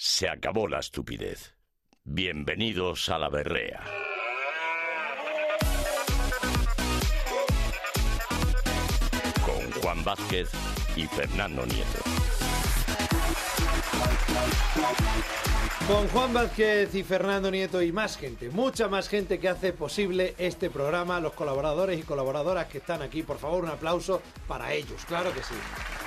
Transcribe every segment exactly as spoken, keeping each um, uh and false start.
Se acabó la estupidez. Bienvenidos a La Berrea. Con Juan Vázquez y Fernando Nieto. Con Juan Vázquez y Fernando Nieto y más gente, mucha más gente que hace posible este programa, los colaboradores y colaboradoras que están aquí. Por favor, un aplauso para ellos, claro que sí.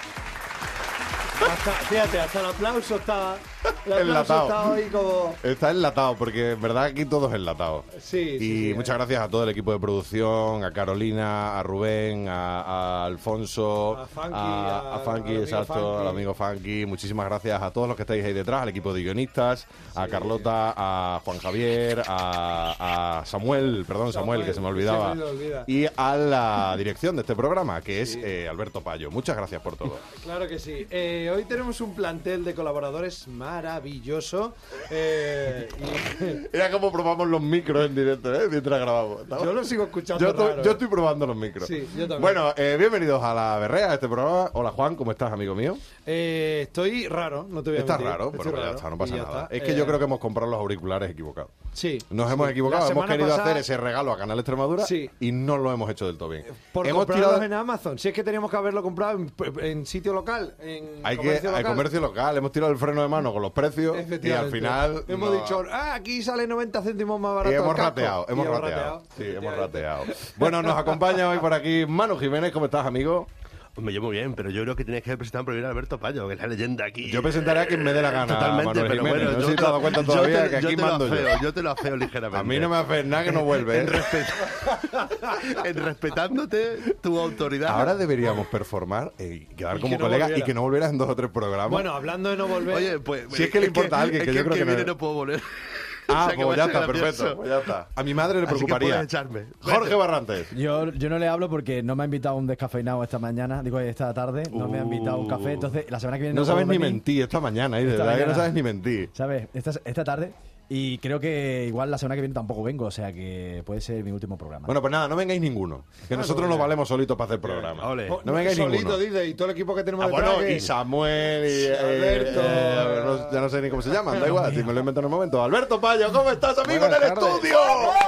Hasta, fíjate, hasta el aplauso está, el aplauso enlatado. está hoy como... Está enlatado, porque en verdad aquí todo es enlatado. Sí, y sí, sí, muchas eh. gracias a todo el equipo de producción, a Carolina, a Rubén, a, a Alfonso, A Funky, a, a- a Funky, al amigo exacto, Funky. al amigo Funky. Muchísimas gracias a todos los que estáis ahí detrás, al equipo de guionistas, a Carlota, a Juan Javier, a, a Samuel, perdón, Samuel, Samuel, que se me olvidaba, se me olvida. y a la dirección de este programa, que es eh, Alberto Payo. Muchas gracias por todo. Claro que sí. Eh, hoy tenemos un plantel de colaboradores maravilloso. Eh, y- Era como probamos los micros en directo, ¿eh? Mientras grabamos. ¿Estamos? yo lo sigo escuchando Yo, to- raro, yo eh. estoy probando los micros. Sí, yo también. Bueno, eh, bienvenidos a La Berrea, a este programa. Hola, Juan, ¿cómo estás, amigo mío? Eh, estoy raro, no te voy a Estás mentir. raro, Estoy pero pues ya raro, está, no y pasa ya nada. está. Es que Eh, yo creo que hemos comprado los auriculares equivocados. Sí. Nos sí. hemos equivocado, La hemos semana querido pasada, hacer ese regalo a Canal Extremadura Sí. y no lo hemos hecho del todo bien. Por hemos comprarlos tirado... en Amazon. Si es que teníamos que haberlo comprado en, en sitio local, en Hay que comercio hay local. comercio local, hemos tirado el freno de mano con los precios y al Efectivamente. final hemos no- dicho, ah, aquí sale noventa céntimos más Y barato. hemos el casco. rateado, Y hemos rateado. Sí, hemos efectivamente. rateado. Bueno, nos acompaña hoy por aquí Manu Jiménez. ¿Cómo estás, amigo? Me llevo bien, pero yo creo que tienes que presentar primero a Alberto Payo, que es la leyenda aquí. Yo presentaré a quien me dé la gana, Totalmente, Manuel pero Jiménez. bueno, No sé yo si te te- has dado cuenta yo todavía te- que aquí yo te mando lo yo. afeo, yo te lo afeo ligeramente. A mí no me hace nada que no vuelve. En, ¿eh? respet- en respetándote tu autoridad. Ahora deberíamos performar y quedar Y como que no colegas volviera. y que no volvieras en dos o tres programas. Bueno, hablando de no volver. Oye, pues... Si es que le importa a alguien, que es yo el creo que no- viene no puedo volver. ah, O sea, que pues va ya a ser está, gracioso. perfecto. Pues ya está. A mi madre le Así que preocuparía. puedes echarme. Jorge Barrantes. Yo, yo no le hablo porque no me ha invitado un descafeinado esta mañana, digo esta tarde, no me ha invitado un café, entonces la semana que viene No sabes puedo ni venir, mentir esta mañana, y de Esta verdad que no mañana. sabes ni mentir. ¿sabes? Esta, esta tarde, y creo que igual la semana que viene tampoco vengo, o sea que puede ser mi último programa. Bueno, pues nada, no vengáis ninguno. Que nosotros nos valemos solitos para hacer programa. Ole. Oh, No vengáis solito, ninguno. dice, y todo el equipo que tenemos Ah, detrás. bueno, que- y Samuel y eh, Alberto. eh, no- ya no sé ni cómo se llaman, da igual, si me lo invento en el momento. Alberto Payo, ¿cómo estás, amigo, Buenas en el tardes. estudio?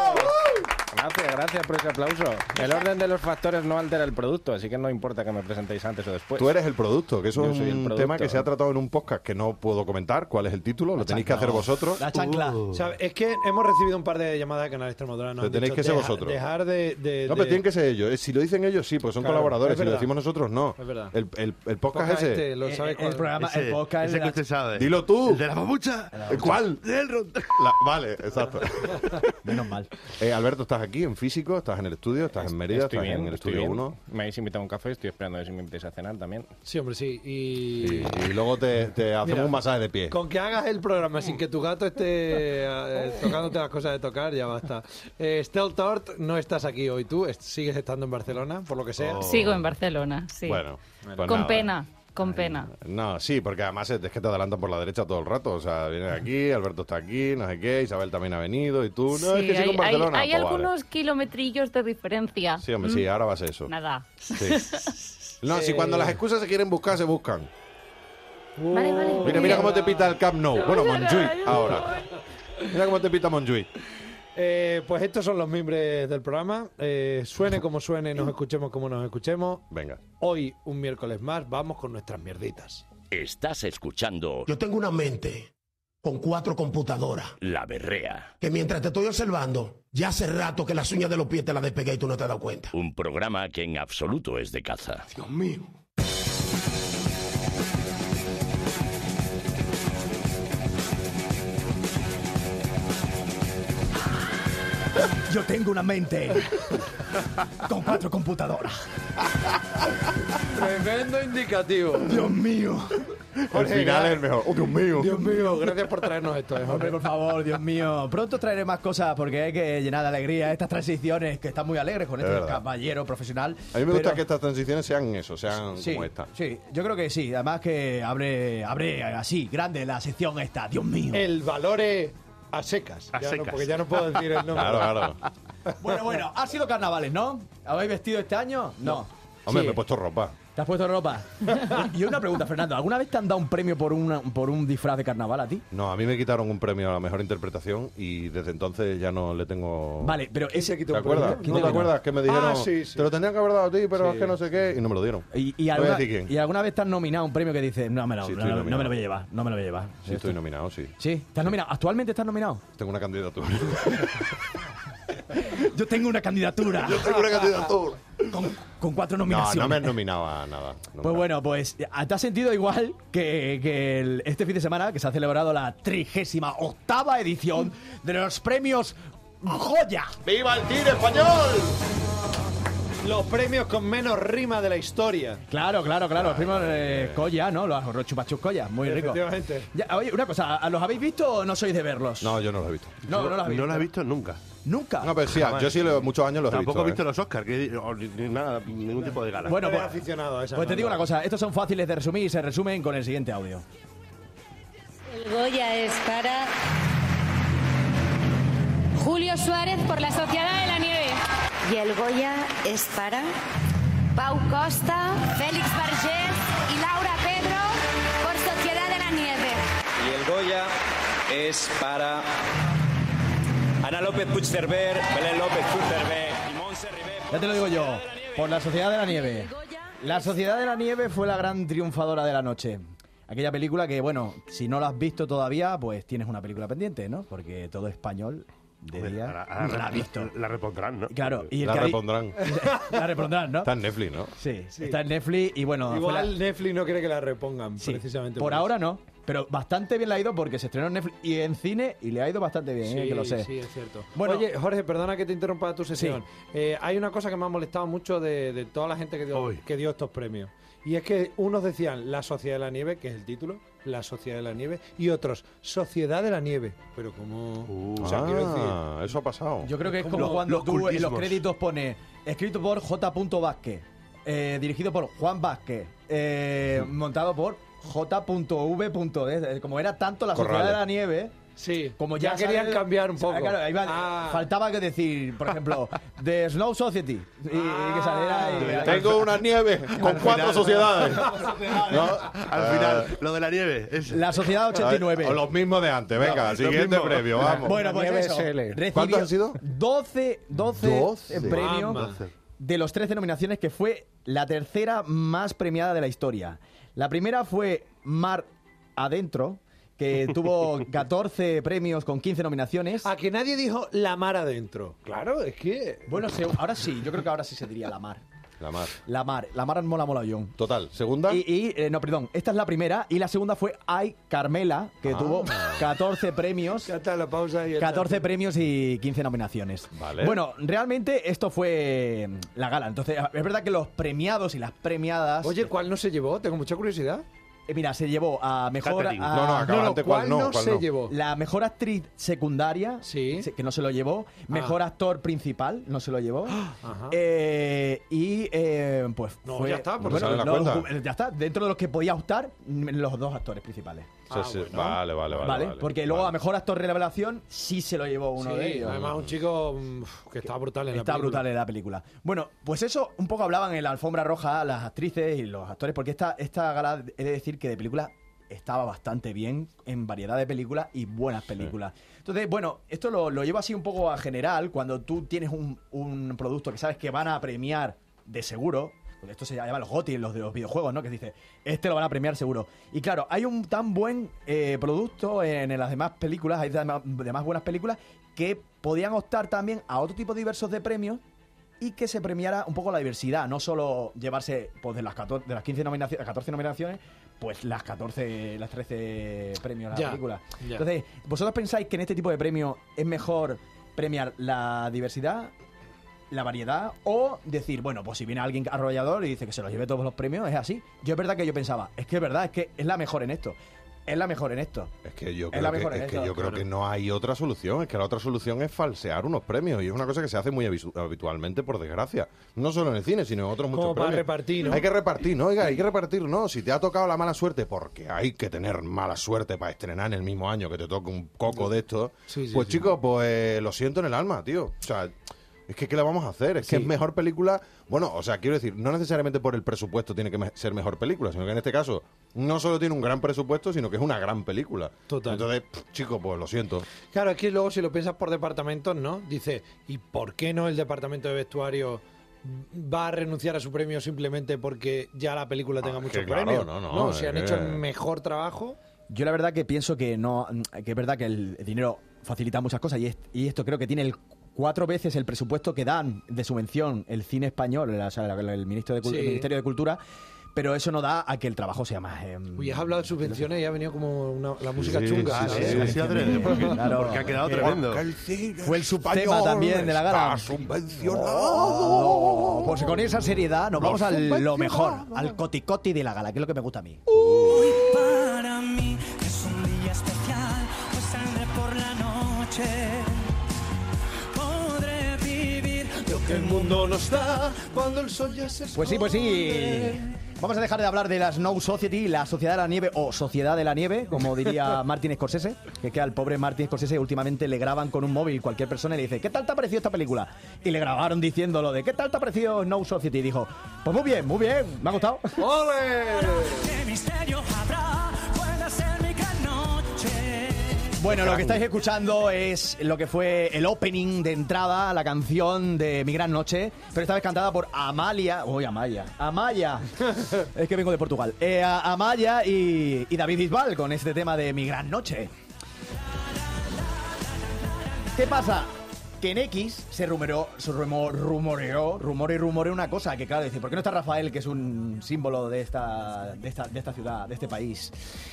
Gracias, gracias por ese aplauso. El orden de los factores no altera el producto, así que no importa que me presentéis antes o después. Tú eres el producto, que eso Yo es soy el un producto. tema que se ha tratado en un podcast que no puedo comentar. ¿Cuál es el título? Lo tenéis que hacer vosotros. La chancla. O sea, es que hemos recibido un par de llamadas de Canal Extremadura. nos Pero han tenéis dicho, que ser "Deja- vosotros". Dejar de. de- No, de- pero tienen que ser ellos. Eh, Si lo dicen ellos, sí, porque son Claro, colaboradores. es Si lo verdad. decimos nosotros, no. Es verdad. El, el, el podcast Podcast ese. este, lo Eh, sabe eh, cuál- el programa, Ese, el podcast ese de que la- usted sabe. Dilo tú. El de la babucha. ¿Cuál? Del ron- La- vale, exacto. Menos mal. Eh, Alberto, ¿estás aquí en físico? ¿Estás en el estudio? ¿Estás en Mérida? Estoy ¿Estás bien, en el estoy estudio bien. uno? Me habéis invitado a un café, estoy esperando a ver si me invitáis a cenar también. Sí, hombre, sí. Y. Y, y luego te, te hacemos Mira, un masaje de pie. Con que hagas el programa sin que tu gato esté eh, tocándote las cosas de tocar, ya basta. Eh, Estel Tort, no estás aquí hoy tú, est- sigues estando en Barcelona, por lo que sea. Oh. Sigo en Barcelona, sí. Bueno, pues con nada. pena, con pena. No, sí, porque además es es que te adelantan por la derecha todo el rato. O sea, vienes aquí, Alberto está aquí, no sé qué, Isabel también ha venido y tú. No, es Sí, que sigo hay, en Barcelona. hay- hay Pues vale. algunos kilometrillos de diferencia. Sí, hombre, sí, ahora va a ser eso. Nada. Sí. No, si cuando las excusas se quieren buscar, se buscan. Vale, vale. Mira, muy mira bien. cómo te pita el Camp Nou. Bueno, Montjuic, ahora. Mira cómo te pita Montjuic. Eh, pues estos son los miembros del programa. Eh, suene como suene, nos escuchemos como nos escuchemos. Venga. Hoy, un miércoles más, vamos con nuestras mierditas. Estás escuchando Yo tengo una mente con cuatro computadoras La Berrea, que mientras te estoy observando, ya hace rato que las uñas de los pies te las despegué y tú no te has dado cuenta. un programa que en absoluto es de caza. Dios mío. Yo tengo una mente con cuatro computadoras. Tremendo indicativo. Dios mío. El final es el mejor. ¡Oh, Dios mío! Dios mío, gracias por traernos esto. eh, Hombre, Jorge. por favor, Dios mío. Pronto traeré más cosas porque hay que llenar de alegría estas transiciones que están muy alegres con Es este verdad. caballero profesional. A mí me gusta Pero- que estas transiciones sean eso, sean Sí, como esta. sí, yo creo que sí. Además que abre, abre así, grande la sección esta. Dios mío. El valore a secas. A Ya no, secas. porque ya no puedo decir el nombre. Claro, claro. Bueno, bueno, ha sido carnavales, ¿no? ¿Habéis vestido este año? No. Hombre, Sí. me he puesto ropa. ¿Te has puesto ropa? Y una pregunta, Fernando. ¿Alguna vez te han dado un premio por, una, por un disfraz de carnaval a ti? No, a mí me quitaron un premio a la mejor interpretación y desde entonces ya no le tengo... Vale, pero ese... ¿Te acuerdas? ¿Quién ¿No te te quitó? acuerdas que me dijeron, Ah, sí, sí. te lo tendrían que haber dado a ti, pero Sí. es que no sé qué, y no me lo dieron? ¿Y, y, No voy a alguna, decir quién. ¿Y alguna vez te has nominado un premio que dices, no me lo, Sí, no, estoy no, no nominado. me lo voy a llevar, no me lo voy a llevar? Sí, estoy nominado, sí. ¿Sí? ¿Estás nominado? ¿Actualmente estás nominado? Tengo una candidatura. Yo tengo una candidatura. Yo tengo una candidatura. Con, con cuatro No, nominaciones. no me han nominado a nada. No Pues me- bueno, pues te has sentido igual que, que el- este fin de semana que se ha celebrado la trigésima octava edición de los premios Goya. ¡Viva el cine español! Los premios con menos rima de la historia. Claro, claro, claro. Los premios eh, Goya, ¿no? Los chupachus Goya, muy rico. Efectivamente. Ya, oye, una cosa, ¿los habéis visto o no sois de verlos? No, yo no lo he visto. no, no los habéis No lo he visto. visto nunca. Nunca. No, pero sí, yo sí lo- muchos años los Tampoco he he visto. visto ¿eh? los Oscars, que, o ni, ni nada, ningún tipo de gala. Bueno, Eres pues, aficionado a esa pues te digo banda. una cosa, estos son fáciles de resumir y se resumen con el siguiente audio. El Goya es para Julio Suárez por la Sociedad de la Nieve. Y el Goya es para Pau Costa, Félix Bargés y Laura Pedro por Sociedad de la Nieve. Y el Goya es para Ana López Puigcerver, Belén López Puigcerver y Montse Ribé. Ya te lo digo yo, por la Sociedad de la Nieve. el Goya La Sociedad de la Nieve fue la gran triunfadora de la noche. Aquella película que, bueno, si no la has visto todavía, pues tienes una película pendiente, ¿no? Porque todo español de Hombre, día ahora- ahora no la ha visto. La repondrán, ¿no? Claro, y el La que hay- repondrán. la repondrán, ¿no? Está en Netflix, ¿no? Sí, está en Netflix y bueno, fue la- Igual Netflix no quiere que la repongan, sí, precisamente. por eso. ahora no, pero bastante bien le ha ido porque se estrenó en Netflix y en cine y le ha ido bastante bien, Sí, eh, que lo sé. sí, es cierto. Bueno- Oye, Jorge, perdona que te interrumpa tu sesión. Eh, hay una cosa que me ha molestado mucho de, de toda la gente que dio, Uy. que dio estos premios. Y es que unos decían La Sociedad de la Nieve, que es el título, La Sociedad de la Nieve, y otros Sociedad de la Nieve. Pero como... Uh. o sea, quiero decir... Ah, eso ha pasado. Yo creo que es como Los- cuando los tú en los cultismos. créditos pones escrito por J. Vázquez, eh, dirigido por Juan Vázquez, eh, montado por J. V. D. Como era tanto la Sociedad Corrales. de la Nieve, Sí, como ya, ya querían sale- cambiar un o sea, poco. claro, ahí va- Ah. faltaba que decir, por ejemplo, The Snow Society. Y, y que saliera. Y, Tengo una nieve con cuatro sociedades. ¿No? Al final, lo de la nieve. Es... La Sociedad ochenta y nueve. O los mismos de antes. Venga, No, lo siguiente mismo. premio, vamos. Bueno, pues Nieve eso. S L. Recibió ¿Cuántos han sido? doce, doce, doce. premios Mamá. de los trece nominaciones, que fue la tercera más premiada de la historia. La primera fue Mar Adentro, que tuvo catorce premios con quince nominaciones. A que nadie dijo La Mar Adentro. Claro, es que... Bueno, se- ahora sí, yo creo que ahora sí se diría La Mar. La mar. La Mar, La Mar mola mola yo. Total, segunda. Y, y, eh, no, perdón, esta es la primera y la segunda fue Ay Carmela, que Ah. tuvo catorce premios. Ya está la pausa y ya catorce está. premios y quince nominaciones. Vale. Bueno, realmente esto fue mm, la gala. Entonces, es verdad que los premiados y las premiadas. Oye, ¿cuál no se llevó? Tengo mucha curiosidad. eh, mira, se llevó a mejor. Catering. a- No, no, acaba antes, ¿cuál ¿cuál no? no ¿Cuál se no? llevó? La mejor actriz secundaria, Sí. se- que no se lo llevó. Mejor actor principal, no se lo llevó. Ajá. Eh, y eh, pues. No, fue- ya está, porque bueno, sale la los- cuenta. ya está, dentro de los que podía optar, mm, los dos actores principales. Sí, Ah, sí. bueno. Vale, vale, vale. Vale, vale. porque luego Vale. a mejor actor revelación sí se lo llevó uno Sí, de ellos. además un chico mm, que está brutal en la Está película. brutal en la película. Bueno, pues eso un poco hablaban en la alfombra roja las actrices y los actores, porque esta, esta gala, he de decir que de película estaba bastante bien en variedad de películas y buenas películas. Entonces, bueno, esto lo, lo llevo así un poco a general, cuando tú tienes un, un producto que sabes que van a premiar de seguro. Porque esto se llama los GOTY, los de los videojuegos, ¿no? Que dice, este lo van a premiar seguro. Y claro, hay un tan buen eh, producto en, en las demás películas, hay demás, demás buenas películas, que podían optar también a otro tipo diversos de premios y que se premiara un poco la diversidad, no solo llevarse pues de las catorce, de las quince nominaciones, catorce nominaciones, pues las catorce, las trece premios a la Ya, película. ya. Entonces, ¿vosotros pensáis que en este tipo de premios es mejor premiar la diversidad, la variedad, o decir, bueno, pues si viene alguien arrollador y dice que se los lleve todos los premios, es así? Yo es verdad que yo pensaba, es que es verdad, es que es la mejor en esto. Es la mejor en esto. Es que yo Es la creo, mejor que, en es que, esto, yo creo claro. que no hay otra solución. Es que la otra solución es falsear unos premios. Y es una cosa que se hace muy avisu- habitualmente, por desgracia. No solo en el cine, sino en otros muchos Como para premios. repartir, ¿no? Hay que repartir, ¿no? Oiga, hay que repartir, ¿no? Si te ha tocado la mala suerte, porque hay que tener mala suerte para estrenar en el mismo año que te toque un coco de esto, Sí, sí, pues sí. chicos, pues lo siento en el alma, tío. O sea... Es que, ¿qué le vamos a hacer? Es que Sí. es mejor película. Bueno, o sea, quiero decir, no necesariamente por el presupuesto tiene que me- ser mejor película, sino que en este caso no solo tiene un gran presupuesto, sino que es una gran película. Total. Entonces, pff, chico, pues lo siento. Claro, es que luego si lo piensas por departamentos, ¿no? Dice, ¿y por qué no el departamento de vestuario va a renunciar a su premio simplemente porque ya la película tenga Ah, muchos que claro, premios? no, no, si han es hecho que- el mejor trabajo. Yo la verdad que pienso que no, que es verdad que el dinero facilita muchas cosas y, est- y esto creo que tiene el cuatro veces el presupuesto que dan de subvención el cine español, o sea, el, el Ministerio de, Cul- Sí. el Ministerio de Cultura, pero eso no da a que el trabajo sea más... eh, Uy, has hablado de subvenciones y ha venido como una- la música Sí, chunga. sí, ¿sabes? sí, Sí, adrede, porque, Claro. porque ha quedado Que- tremendo. Porque el cine Fue el subtema español también de la gala. está subvencionado. Oh, pues con esa seriedad nos Lo vamos a lo subvencionado. mejor, al coticoti de la gala, que es lo que me gusta a mí. Para mí es un día especial, pues saldré por la noche. Podré vivir lo que El mundo nos da cuando el sol ya se Pues sí, pues sí. Vamos a dejar de hablar de la Snow Society, la Sociedad de la Nieve o Sociedad de la Nieve, como diría Martin Scorsese, que, que al pobre Martin Scorsese últimamente le graban con un móvil cualquier persona y le dice, ¿qué tal te ha parecido esta película? Y le grabaron diciéndolo de, ¿qué tal te ha parecido Snow Society? Y dijo, pues muy bien, muy bien, me ha gustado. ¡Ole! ¿Qué misterio habrá? Puede ser mi gran noche. Bueno, lo que estáis escuchando es lo que fue el opening de entrada, la canción de Mi Gran Noche, pero esta vez cantada por Amalia. Uy, Amaya. Amaya. Es que vengo de Portugal. Eh, a- Amaya y, y David Bisbal con este tema de Mi Gran Noche. ¿Qué pasa? Que en X se rumoreó, se rumo- rumoreó, rumore y rumoreó una cosa, que claro, dice, ¿por qué no está Rafael, que es un símbolo de esta, de esta, de esta ciudad, de este país?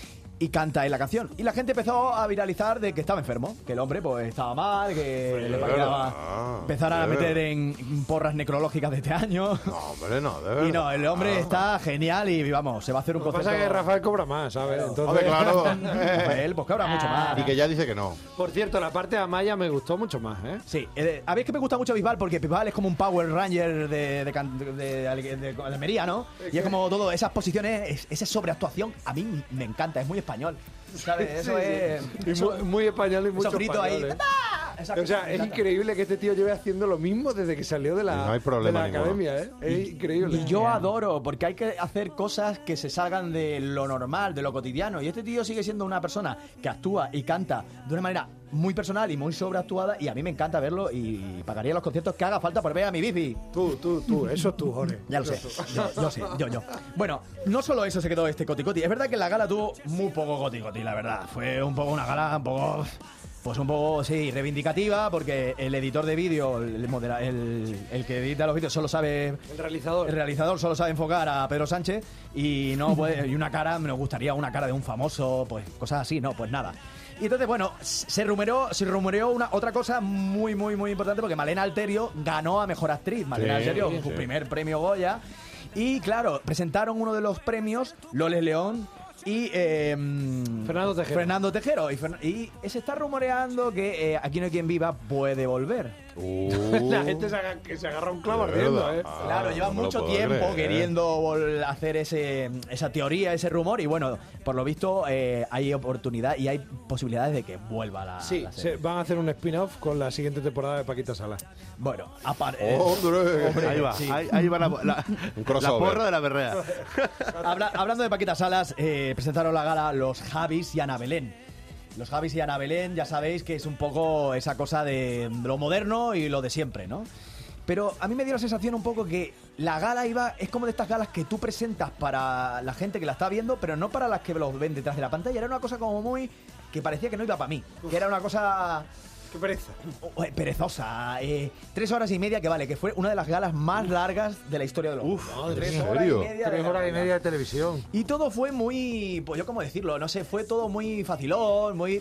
Y canta en la canción. Y la gente empezó a viralizar de que estaba enfermo, que el hombre pues estaba mal, que le faltaba ah, empezar a sí. meter en porras necrológicas de este año. No, hombre, no, de verdad. Y no, el hombre está genial y vamos, se va a hacer un Lo que concierto. pasa es que Rafael cobra más, ¿sabes? Entonces... Hombre, claro. Rafael, pues cobra mucho más. Y que ya dice que no. Por cierto, la parte de Amaya me gustó mucho más, ¿eh? Sí, eh, a ver que me gusta mucho Bisbal porque Bisbal es como un Power Ranger de, de, can- de, de- de- de Almería, ¿no? Y es como todo, esas posiciones, es- esa sobreactuación, a mí me encanta, es muy español. ¿Sabes? Eso Sí, es. sí. Y eso- muy, muy español y mucho esos gritos ahí. español, ¿eh? ¡Ah! Esa O cosa sea, me es encanta. increíble que este tío lleve haciendo lo mismo desde que salió de la, No hay problema de la ninguno. academia, ¿eh? Es increíble. Y yo adoro, porque hay que hacer cosas que se salgan de lo normal, de lo cotidiano. Y este tío sigue siendo una persona que actúa y canta de una manera muy personal y muy sobreactuada. Y a mí me encanta verlo y pagaría los conciertos que haga falta por ver a mi bici. Tú, tú, tú, eso es tú, Jorge. Ya lo sé, yo, yo sé, yo, yo. Bueno, no solo eso se quedó este coticoti. Es verdad que la gala tuvo muy poco coticoti, la verdad. Fue un poco una gala un poco... Pues un poco, sí, reivindicativa, porque el editor de vídeo, el, modera- el, el que edita los vídeos, solo sabe... El realizador. El realizador solo sabe enfocar a Pedro Sánchez y no puede, y una cara, me gustaría una cara de un famoso, pues cosas así, no, pues nada. Y entonces, bueno, se rumoreó, se rumoreó una, otra cosa muy, muy, muy importante, porque Malena Alterio ganó a Mejor Actriz. Malena Sí, Alterio, sí. su primer premio Goya. Y claro, presentaron uno de los premios, Loles León y eh, Fernando Tejero. Fernando Tejero. Y, Fer- y se está rumoreando que eh, Aquí no hay quien viva puede volver. La gente se, aga- que se agarra un clavo De ardiendo, verdad. ¿eh? Ah, Claro, lleva no me lo mucho puedo tiempo creer. queriendo vol- hacer ese, esa teoría, ese rumor, y bueno, por lo visto eh, hay oportunidad y hay posibilidades de que vuelva la, Sí, la se, serie. van a hacer un spin-off con la siguiente temporada de Paquita Salas. Bueno, aparte... ¡Hombre! Ahí va, sí. ahí, ahí va la, la, Un la crossover. porra de la berrea. Habla- hablando de Paquita Salas, eh, presentaron la gala los Javis y Ana Belén. Los Javis y Ana Belén, ya sabéis que es un poco esa cosa de lo moderno y lo de siempre, ¿no? Pero a mí me dio la sensación un poco que la gala iba, es como de estas galas que tú presentas para la gente que la está viendo, pero no para las que los ven detrás de la pantalla. Era una cosa como muy, que parecía que no iba para mí, que era una cosa... ¡Qué pereza! eh, perezosa. Eh, tres horas y media, que vale, que fue una de las galas más largas de la historia de los Uf, madre tres mía. horas ¿En y serio? media. de Tres la horas y gala. media de televisión. Y todo fue muy, pues yo cómo decirlo, no sé, fue todo muy facilón, muy,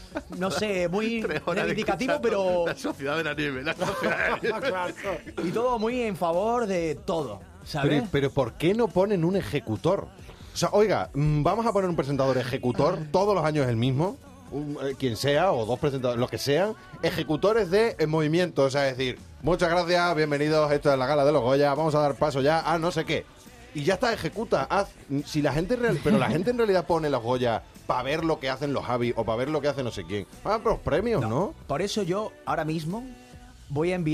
no sé, muy Tres horas reivindicativo, escuchando pero... La sociedad de la nieve, la sociedad de la nieve. Y todo muy en favor de todo, ¿sabes? Pero, pero ¿por qué no ponen un ejecutor? O sea, oiga, mm, vamos a poner un presentador ejecutor, todos los años el mismo, un- eh, quien sea, o dos presentadores, lo que sean, ejecutores de eh, movimiento. O sea, es decir, muchas gracias, bienvenidos, esto es la gala de los Goya, vamos a dar paso ya a no sé qué. Y ya está, ejecuta, haz. Si la gente en real- pero la gente en realidad pone los Goya para ver lo que hacen los Javi o para ver lo que hace no sé quién. Ah, pero los premios, ¿no? Por eso yo ahora mismo voy a enviar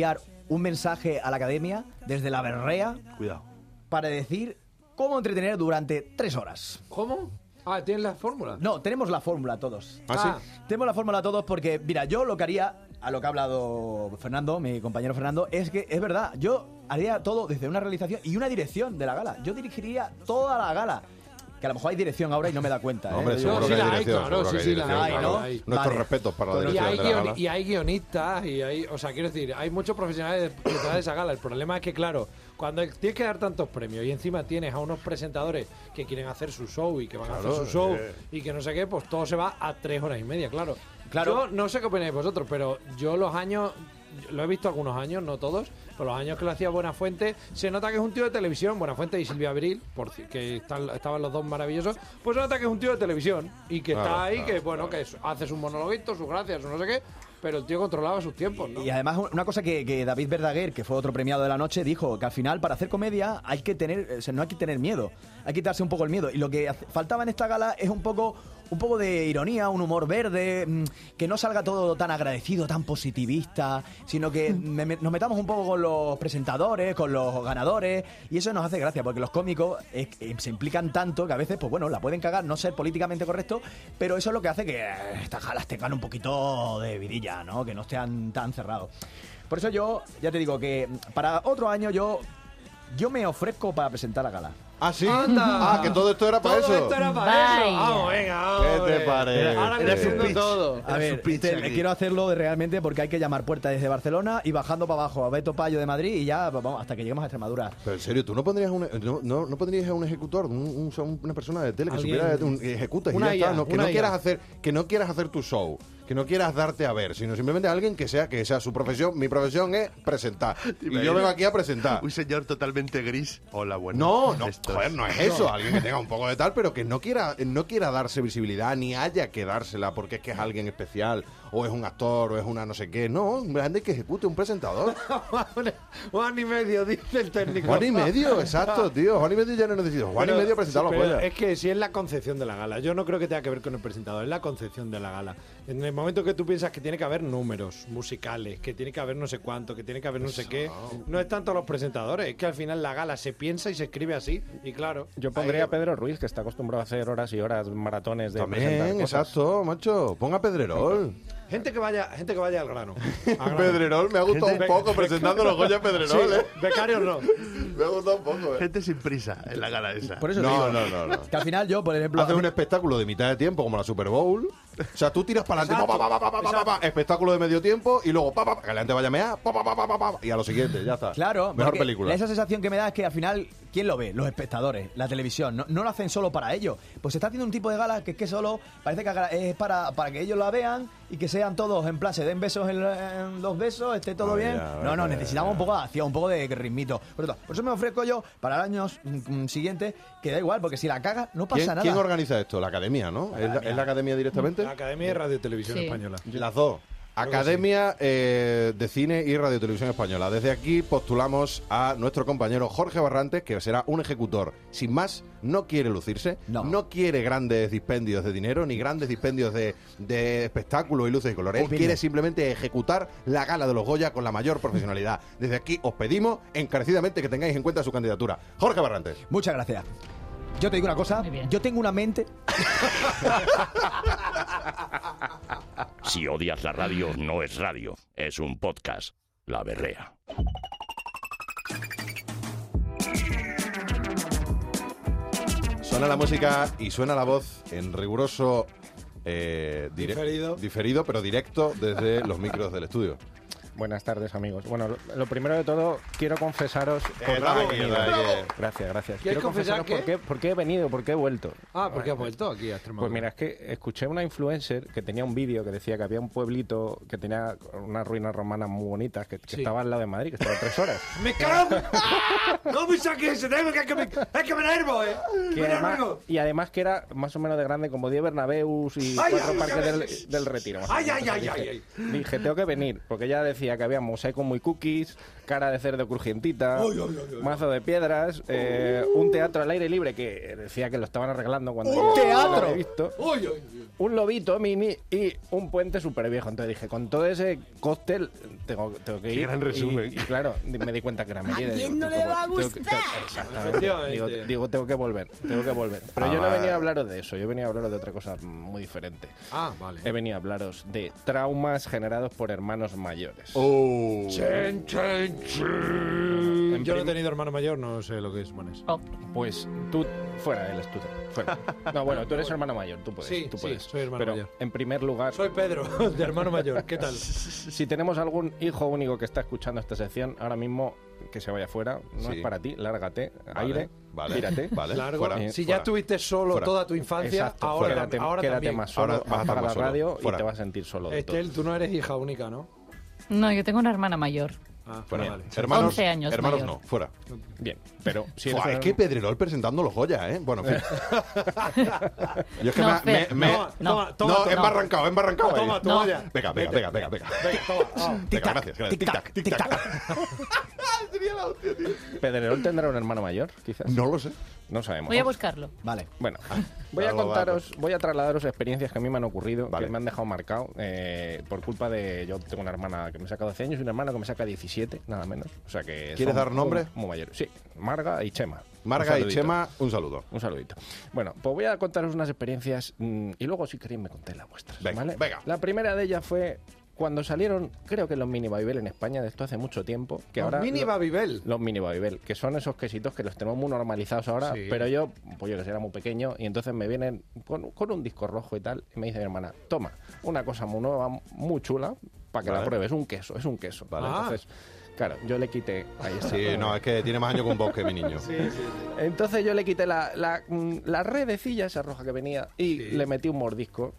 un mensaje a la academia desde la berrea. Cuidado. Para decir cómo entretener durante tres horas. ¿Cómo? Ah, ¿tienes la fórmula? No, tenemos la fórmula todos. ¿Ah, sí? Tenemos la fórmula todos porque, mira, yo lo que haría, a lo que ha hablado Fernando, mi compañero Fernando, es que es verdad, yo haría todo desde una realización y una dirección de la gala. Yo dirigiría toda la gala. Que a lo mejor hay dirección ahora y no me da cuenta. No, hombre, ¿eh? seguro sí que hay la hay, dirección. claro, seguro sí, que sí hay la dirección, hay, claro. ¿no? Nuestros Vale. respetos para la Y dirección hay, de la guioni- gala. y hay guionistas y hay, o sea, quiero decir, hay muchos profesionales detrás de esa gala. El problema es que, claro, cuando tienes que dar tantos premios y encima tienes a unos presentadores que quieren hacer su show y que van a Claro, hacer su show eh. y que no sé qué, pues todo se va a tres horas y media, claro. Claro. Yo no sé qué opináis vosotros, pero yo los años, lo he visto algunos años, no todos, pero los años que lo hacía Buenafuente, se nota que es un tío de televisión, Buenafuente y Silvia Abril, por, ci- que están, estaban los dos maravillosos, pues se nota que es un tío de televisión y que Claro, está ahí, claro, que bueno, que hace sus monologuitos, sus gracias, su no sé qué, pero el tío controlaba sus tiempos, ¿no? Y además una cosa que, que David Verdaguer, que fue otro premiado de la noche, dijo que al final para hacer comedia hay que tener, o sea, no hay que tener miedo, hay que quitarse un poco el miedo. Y lo que hace- faltaba en esta gala es un poco, un poco de ironía, un humor verde, mm, que no salga todo tan agradecido, tan positivista, sino que me- me- nos metamos un poco con los presentadores, con los ganadores, y eso nos hace gracia, porque los cómicos eh, eh, se implican tanto que a veces, pues bueno, la pueden cagar, no ser políticamente correcto, pero eso es lo que hace que eh, estas galas tengan un poquito de vidilla, ¿no? Que no estén tan cerrados. Por eso yo, ya te digo que para otro año yo, yo me ofrezco para presentar la gala. ¿Ah, sí? ¡Anda! Ah, que todo esto era para Todo eso. esto era para Vaya. eso. Vamos, venga, ¿Qué hombre. te parece? Ahora Eres haciendo un todo. A ver, te- quiero hacerlo de realmente porque hay que llamar puertas desde Barcelona y bajando para abajo a Beto Payo de Madrid y ya vamos hasta que lleguemos a Extremadura. Pero en serio, ¿tú no pondrías un, no, no, no pondrías a un ejecutor, un- un- una persona de tele que Alguien- supiera, un, que ejecutes y Una ya está? I A, No, que, una no I A. quieras hacer, que no quieras hacer tu show, que no quieras darte a ver, sino simplemente alguien que sea, que sea su profesión. Mi profesión es presentar. Y yo vengo aquí a presentar. Un señor totalmente gris. Hola, bueno. No, no, Esto joder, es- no es eso. Alguien que tenga un poco de tal, pero que no quiera, no quiera darse visibilidad, ni haya que dársela porque es que es alguien especial, o es un actor, o es una no sé qué. No, un grande que ejecute, un presentador. Juan y medio, dice el técnico. Juan y medio, exacto, tío. Juan y medio ya no necesito. Juan Pero- y medio presentar los sí, pero pollas. es que si es la concepción de la gala, yo no creo que tenga que ver con el presentador, es la concepción de la gala. En el momento que tú piensas que tiene que haber números musicales, que tiene que haber no sé cuánto, que tiene que haber no sé qué, no es tanto los presentadores, es que al final la gala se piensa y se escribe así, y claro. Yo pondría a Pedro Ruiz, que está acostumbrado a hacer horas y horas maratones de presentar También, cosas. exacto, macho. Ponga Pedrerol. Gente que vaya, gente que vaya al grano. Al grano. Pedrerol me ha gustado Gente- un poco presentando los Goya Pedrerol, Sí, ¿eh? becarios no. Me ha gustado un poco, ¿eh? Gente sin prisa en la gala esa. Por eso te No, digo, no, no, no. que al final yo, por ejemplo... Haces un espectáculo de mitad de tiempo como la Super Bowl. O sea, tú tiras para adelante, pa, pa, pa, pa, pa, pa, pa, pa, espectáculo de medio tiempo y luego pa, pa, pa, que la gente vaya a mear, pa, pa, pa, pa, pa, pa, y a lo siguiente, ya está. Claro, Mejor porque película. esa sensación que me da es que al final, ¿quién lo ve? Los espectadores, la televisión. No, no lo hacen solo para ellos. Pues se está haciendo un tipo de gala que es que solo parece que agra- es para, para que ellos la vean y que sean todos en plan, se den besos en, en los besos, esté todo Vaya, bien. vaya, No, no, vaya. necesitamos un poco de acción, un poco de ritmito. Por eso, por eso me ofrezco yo para el año mm, mm, siguiente, que da igual, porque si la cagas, no pasa ¿Quién, nada. quién organiza esto? La academia, ¿no? ¿Es, la, es la academia directamente? La Academia de Radio y Televisión Sí. Española. Las dos. Creo que Academia eh, de Cine y Radio Televisión Española. Desde aquí postulamos a nuestro compañero Jorge Barrantes, que será un ejecutor. Sin más, no quiere lucirse, No. quiere grandes dispendios de dinero, ni grandes dispendios de, de espectáculos y luces y colores. Él Opinión. quiere simplemente ejecutar la gala de los Goya con la mayor profesionalidad. Desde aquí os pedimos encarecidamente que tengáis en cuenta su candidatura. Jorge Barrantes. Muchas gracias. Yo te digo una cosa, Muy bien. yo tengo una mente... Si odias la radio, no es radio, es un podcast. La Berrea. Suena la música y suena la voz en riguroso eh, dire- Diferido. diferido, pero directo desde los micros del estudio. Buenas tardes, amigos. Bueno, lo, lo primero de todo, quiero confesaros por Eh, bravo, qué he venido. bravo. Gracias, gracias. ¿Quieres Quiero confesar confesaros qué? por qué, por qué he venido, por qué he vuelto. Ah, porque has vuelto aquí a Extremadura. Pues mira, es que escuché una influencer que tenía un vídeo que decía que había un pueblito que tenía unas ruinas romanas muy bonitas, que, que Sí. estaba al lado de Madrid, que estaba a tres horas. ¡Me cago! ¡No me saques ese tema! Que es que me, es que me enervo, ¿eh? Que Me además- enervo. y además que era más o menos de grande como diez Bernabeus y Ay, cuatro ay, parques ay, del, ay. del Retiro. más o Ay, menos. ay, ay, Entonces ay, dije, dije, tengo que venir, porque ella decía decía que había mosaico muy cookies, cara de cerdo crujientita, Oy, oy, oy, oy. mazo de piedras, eh, un teatro al aire libre que decía que lo estaban arreglando cuando ¡Un yo teatro! lo había visto, Uy, uy, uy. un lobito mini y un puente súper viejo. Entonces dije, con todo ese cóctel tengo, tengo que ir. Qué gran resumen. Y, y claro, me di cuenta que era Mérida. ¿A quién Digo, no tengo- le va a tengo que- gustar? tengo- Exactamente. Efectivamente. Digo, digo, tengo que volver, tengo que volver. Pero Ah, yo no he vale. venido a hablaros de eso, yo he venido a hablaros de otra cosa muy diferente. Ah, vale. He venido a hablaros de traumas generados por hermanos mayores. Oh. Chen, chen, chen. En Yo no he prim- tenido hermano mayor, no sé lo que es bueno, eso. Oh, Pues tú, fuera él, tú, fuera. No, bueno, tú eres hermano mayor, tú puedes. Sí, tú sí, puedes. soy hermano Pero, mayor. en primer lugar, Soy Pedro, de hermano mayor. ¿Qué tal? si tenemos algún hijo único que está escuchando esta sección, ahora mismo que se vaya fuera, no Sí. es para ti, lárgate, Vale, aire, vale, tírate. Vale, Largo. fuera, si fuera. ya estuviste solo Fuera. toda tu infancia, Exacto, ahora, quédate, ahora quédate también. más solo, Ahora vas a estar apaga la más solo. radio Fuera. y te vas a sentir solo de todo. Estel, tú no eres hija única, ¿no? no, yo tengo una hermana mayor. Ah, Fuera. vale. Hermanos, once años hermanos mayor. no, fuera. Bien, pero si eres Fua, es un- que Pedrerol presentando los Goya, ¿eh? Bueno, en fin. Yo es que No, me, Fer, me- me- no, no, toma, toma, no, toma. embarrancado, embarrancado. ahí. Toma, tu No. olla. Venga, venga, venga, venga, venga. Venga, toma. Ah. Venga, gracias, gracias. tic-tac, tic-tac. Pedrerol tendrá un hermano mayor, quizás. No lo sé. No sabemos. Voy a buscarlo. Vale. Bueno, voy a Algo va, contaros, voy a trasladaros experiencias que a mí me han ocurrido, Vale. que me han dejado marcado eh, por culpa de. Yo tengo una hermana que me saca doce años y una hermana que me saca diecisiete, nada menos. O sea que. ¿Quieres son dar nombre? Muy, muy mayores. Sí, Marga y Chema. Marga Un y saludito. Chema, un saludo. Un saludito. Bueno, pues voy a contaros unas experiencias mm, y luego, si queréis, me contéis las vuestras. Venga, ¿vale? venga. La primera de ellas fue cuando salieron, creo que los mini Babybel en España, de esto hace mucho tiempo. Que Los ahora mini lo- Babybel. Los mini Babybel, que son esos quesitos que los tenemos muy normalizados ahora, Sí. pero yo, pues yo que sé, era muy pequeño y entonces me vienen con, con un disco rojo y tal y me dice mi hermana, toma, una cosa muy nueva, muy chula, para que Vale. la pruebes, un queso, es un queso. Vale. Ah. Entonces, claro, yo le quité, ahí está. Sí, no, es que tiene más años que un bosque, mi niño. Entonces yo le quité la, la, mm, la redecilla esa roja que venía y Sí. le metí un mordisco.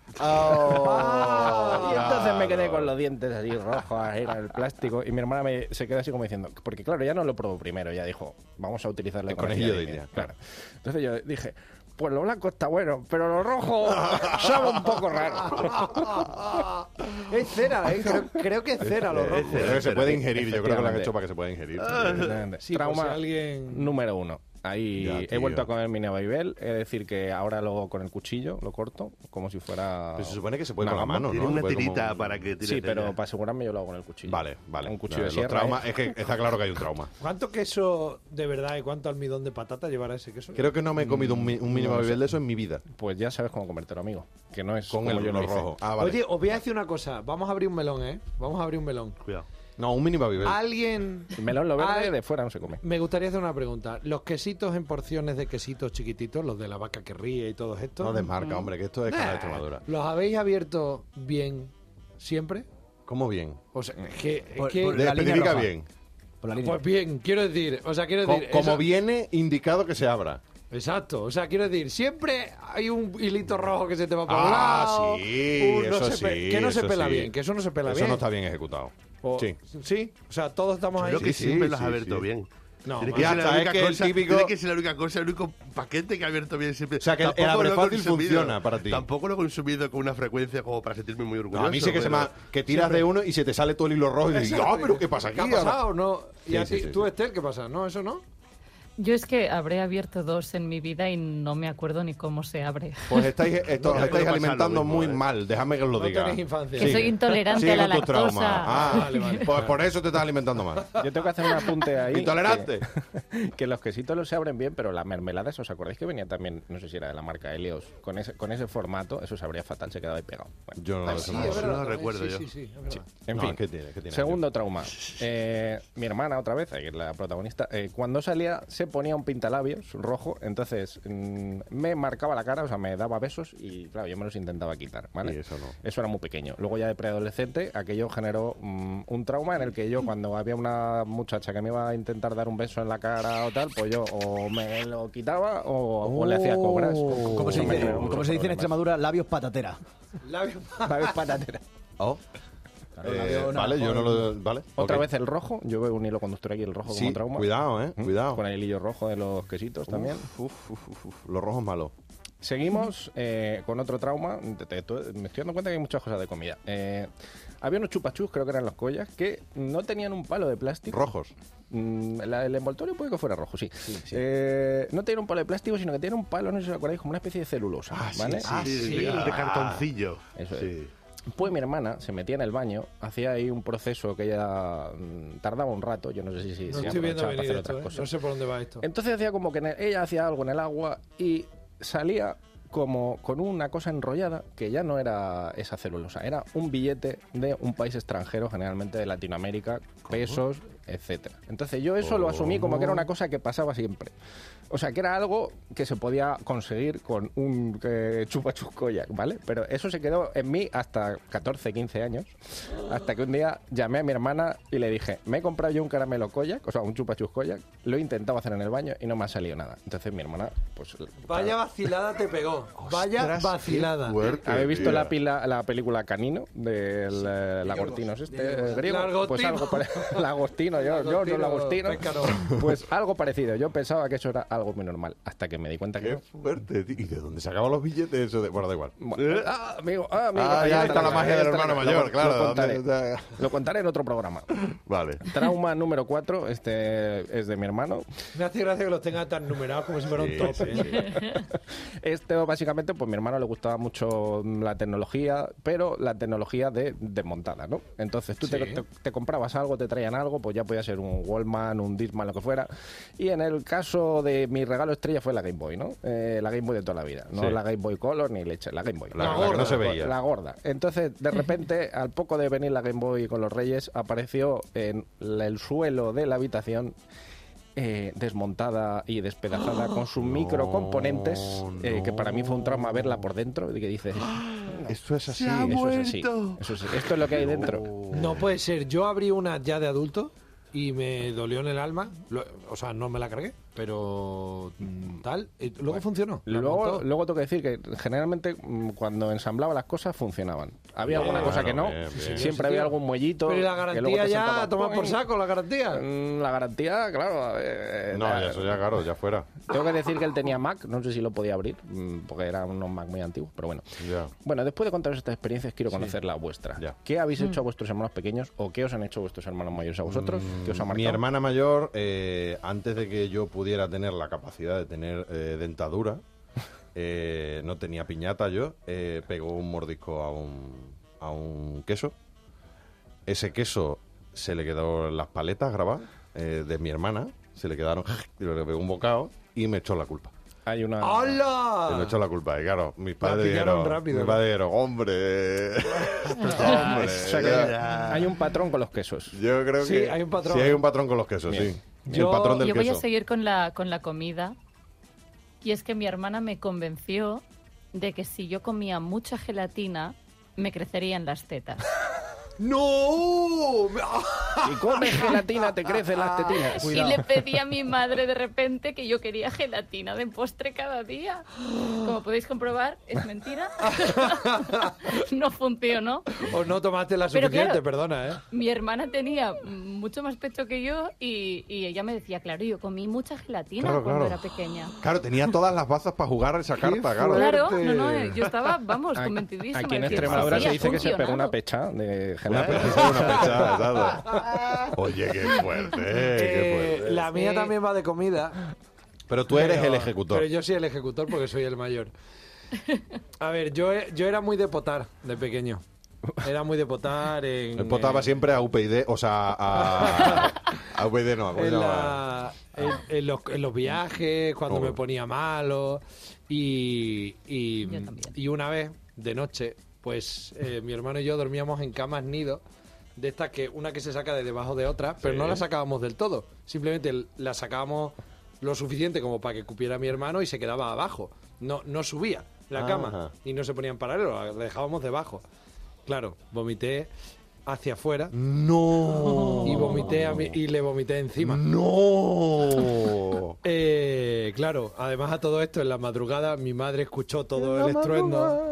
Oh. Y entonces me quedé con los dientes así rojos, ahí era el plástico. Y mi hermana me, se quedó así como diciendo, porque claro, ya no lo probó primero, ya dijo, vamos a utilizarle El conejillo de India. Claro. Entonces yo dije, pues lo blanco está bueno, pero lo rojo sabe un poco raro. Es cera, ¿eh? Creo, creo que es cera lo rojo. Creo que se puede ingerir, yo creo que lo han Efectivamente. hecho para que se pueda ingerir. Sí, Trauma por si alguien... número uno. Ahí Ya, he tío. vuelto a comer mi Babybel. Es decir, que ahora luego con el cuchillo lo corto como si fuera. Pero se supone que se puede una con la gamba. mano, Tiene ¿no? una Se puede como- tirita para que tire. Sí, pero para asegurarme yo lo hago con el cuchillo. Vale, vale. Un cuchillo No, de los sierra. traumas, ¿eh? es que está claro que hay un trauma. ¿Cuánto queso de verdad y cuánto almidón de patata llevará ese queso? Creo que no me he comido un, mi- un mínimo No lo sé. Babybel de eso en mi vida. Pues ya sabes cómo comértelo, amigo. Que no es Con como el yo lo lo hice. rojo. Ah, vale. Oye, os voy a decir una cosa. Vamos a abrir un melón, ¿eh? Vamos a abrir un melón. Cuidado. No, un mini Babybel. Alguien... El melón lo verde Al- de fuera no se come. Me gustaría hacer una pregunta. Los quesitos en porciones de quesitos chiquititos, los de la vaca que ríe y todos estos... No desmarca, hombre, que esto es canal de Extremadura. ¿Los habéis abierto bien siempre? ¿Cómo bien? O sea, es que... es Por- que- por De- la línea especifica roja. bien. Por la línea. Pues bien, quiero decir... O sea, quiero Co- decir... como eso- viene indicado que se abra. Exacto, o sea, quiero decir, siempre hay un hilito rojo que se te va para un Ah, lado, sí, un no eso se pe- sí, que no se eso pela sí. bien, que eso no se pela Eso bien. no está bien ejecutado. O- Sí. Sí, o sea, todos estamos ahí. Creo que sí, siempre sí, los ha sí, abierto sí. bien. No, Tiene vale. que, Ya ser la está, única es que el cosa, típico- tiene que ser la única cosa, el único paquete que ha abierto bien siempre. O sea, que el- el Tampoco abre lo he fácil consumido- funciona para ti. Tampoco lo he consumido con una frecuencia como para sentirme muy No, orgulloso. a mí sí que se me pero- ha- que tiras de uno y se te sale todo el hilo rojo y dices, Exacto. ¡ah, pero qué pasa aquí! ¿Qué ha pasado? No. Y Sí, a sí, ti, sí, tú, sí. Estel, ¿qué pasa? ¿No? ¿Eso no? Yo es que habré abierto dos en mi vida y no me acuerdo ni cómo se abre. Pues estáis, esto, No, os estáis no pasa alimentando lo mismo, muy ¿eh? mal, déjame que os lo No diga. tenéis infancia. Que soy intolerante Sigue a la con tu lactosa. trauma. Ah, Vale, vale. Pues por eso te estás alimentando mal. Yo tengo que hacer un apunte ahí. Intolerante. Que, que los quesitos los se abren bien, pero la mermelada, ¿os acordáis que venía también, no sé si era de la marca Helios, con ese, con ese formato? Eso se abría fatal, se quedaba ahí pegado. Bueno, Yo no, Ah, eso sí, no es lo sé. verdad. no lo también. recuerdo sí, yo. Sí, sí, es verdad. en No, fin. ¿qué tiene? ¿Qué tiene? Segundo trauma. Eh, mi hermana, otra vez, ahí es la protagonista, eh, cuando salía se ponía un pintalabios rojo, entonces mm, me marcaba la cara, o sea, me daba besos y, claro, yo me los intentaba quitar, ¿vale? Y eso no. Eso era muy pequeño. Luego ya de preadolescente, aquello generó mm, un trauma en el que yo, cuando había una muchacha que me iba a intentar dar un beso en la cara o tal, pues yo o me lo quitaba o, o le hacía cobras. ¿Cómo se Eso me dice, generó muchos ¿cómo se dice en problemas. Extremadura? Labios patatera. Labio- Labios patatera. Oh. Claro, Eh, labio, no, vale, yo no lo... Vale. Otra ok. vez el rojo, yo veo un hilo conductor aquí, el rojo Sí, como trauma. cuidado, eh, ¿Mm? cuidado. Con el hilillo rojo de los quesitos también. Uf, uf, uf, uf, los rojos malos. Seguimos eh, con otro trauma. Te- te- me estoy dando cuenta que hay muchas cosas de comida. Eh, había unos chupachus, creo que eran los collas, que no tenían un palo de plástico. Rojos. Mm, la- el envoltorio puede que fuera rojo, sí. Eh, no tiene un palo de plástico, sino que tiene un palo, no sé si os acuerdáis, como una especie de celulosa. Ah, sí, ¿vale? sí, sí, sí, de cartoncillo. Eso es. Sí. Pues mi hermana se metía en el baño, hacía ahí un proceso que ella mm, tardaba un rato, yo no sé si, si No se estoy viendo aprovechaba para venir hacer esto, otras ¿eh? cosas. No sé por dónde va esto. Entonces hacía como que en el- ella hacía algo en el agua y salía como con una cosa enrollada que ya no era esa celulosa, era un billete de un país extranjero, generalmente de Latinoamérica, pesos, etcétera. Entonces yo eso lo asumí como que era una cosa que pasaba siempre. O sea, que era algo que se podía conseguir con un eh, chupa-chus koyak, ¿vale? Pero eso se quedó en mí hasta catorce, quince años, hasta que un día llamé a mi hermana y le dije, me he comprado yo un caramelo koyak, o sea, un chupa-chus koyak, lo he intentado hacer en el baño y no me ha salido nada. Entonces mi hermana, pues... Vaya vacilada te pegó. Vaya Ostras, vacilada. qué fuerte, ¿Habéis visto tío. la, pila, la película Canino del eh, Lagostinos este eh, griego? Lagostino. Pues algo parecido. Lagostino, yo, yo no Lagostino. Pescado. Pues algo parecido. Yo pensaba que eso era algo muy normal, hasta que me di cuenta que Qué no. fuerte, tío. ¿Y de dónde sacaban los billetes? Eso de... Bueno, da igual. Bueno, ah, amigo, ah, amigo. Ah, ahí ya está la magia ahí del está la hermano magia. mayor, Lo- claro. Lo contaré, ¿dónde está? lo contaré en otro programa. Vale. Trauma número cuatro, este es de mi hermano. Me hace gracia que los tenga tan numerados como si fuera un Sí, top. sí, ¿eh? Este básicamente, pues mi hermano le gustaba mucho la tecnología, pero la tecnología de desmontada, ¿no? Entonces tú te, Sí. te- te comprabas algo, te traían algo, pues ya podía ser un Wallman, un Discman, lo que fuera. Y en el caso de mi regalo estrella fue la Game Boy, ¿no? Eh, la Game Boy de toda la vida, no Sí. la Game Boy Color ni leche, la Game Boy. La- la que no se veía. La gorda. Entonces, de repente, al poco de venir la Game Boy con los Reyes, apareció en la- el suelo de la habitación eh, desmontada y despedazada con sus microcomponentes, eh, que para mí fue un trauma verla por dentro, y que dices, Esto es así. eso es así, eso es- esto es lo que hay dentro. No puede ser. Yo abrí una ya de adulto y me dolió en el alma. Lo- o sea, no me la cargué, pero mm, tal. Y luego funcionó. La Luego, montó. luego tengo que decir que generalmente mm, cuando ensamblaba las cosas funcionaban. Había Bien, alguna cosa que no, bien, bien. siempre había algún muellito. Pero ¿y la que luego garantía te ya sentaba, a tomar por ¡pum! saco, la garantía? Mm, La garantía, claro. eh, No, la- ya eso ya, claro, ya fuera. Tengo que decir que él tenía Mac, no sé si lo podía abrir, mm, porque eran unos Mac muy antiguos, pero bueno. Ya. Bueno, después de contaros estas experiencias, quiero conocer la vuestra. Ya. ¿Qué habéis hecho a vuestros hermanos pequeños o qué os han hecho vuestros hermanos mayores a vosotros? ¿Qué os ha Mi marcado? hermana mayor, eh, antes de que yo pudiera tener la capacidad de tener eh, dentadura, eh, no tenía piñata yo, eh, pegó un mordisco a un, a un queso. Ese queso se le quedó en las paletas grabadas eh, de mi hermana, se le quedaron, y le pegó un bocado y me echó la culpa. Hay una... Y me ¡Hala! echó la culpa. Y claro, mis padres pillaron dijeron, rápido, mis ¿no? padres dijeron, hombre, hombre. O sea que ya". hay un patrón con los quesos. Yo creo Sí, que hay un patrón. sí hay un patrón con los quesos, Bien. sí. Yo- el patrón del Yo voy queso. a seguir con la, con la comida. Y es que mi hermana me convenció de que si yo comía mucha gelatina, me crecerían las tetas. ¡No! Si comes gelatina, te crecen las tetinas. Y le pedí a mi madre de repente que yo quería gelatina de postre cada día. Como podéis comprobar, es mentira. No funcionó. O no tomaste la Pero suficiente, claro, perdona, ¿eh? Mi hermana tenía mucho más pecho que yo y, y ella me decía, claro, yo comí mucha gelatina Claro, cuando claro. era pequeña. Claro, tenía todas las bazas para jugar esa carta, claro. Claro, no, no, eh, yo estaba, vamos, Aquí- convencidísima. Aquí en decía, Extremadura sí, se ha dice que se pegó una funcionado. pecha de Una gelatina. pechada, una pechada, exacto. Oye, qué fuerte, eh, qué Eh, fuerte. la mía también va de comida. Pero tú eres Pero- el ejecutor. Pero yo soy el ejecutor porque soy el mayor. A ver, yo, yo era muy de potar de pequeño. Era muy de potar en... Él potaba eh, siempre a U P y D, o sea, a, a U P y D no, ¿cómo se en, llama? la- en- en los, en los viajes, cuando Oh. me ponía malo. Y, y, Yo también. y una vez, de noche, pues eh, mi hermano y yo dormíamos en camas nido, de estas que una que se saca de debajo de otra, pero Sí. no la sacábamos del todo. Simplemente l- la sacábamos lo suficiente como para que cupiera mi hermano y se quedaba abajo. No, no subía la cama Ajá. y no se ponía en paralelo, la dejábamos debajo. Claro, vomité hacia afuera No. y vomité a mi- y le vomité encima. No. Eh, claro, además a todo esto, en la madrugada mi madre escuchó todo el estruendo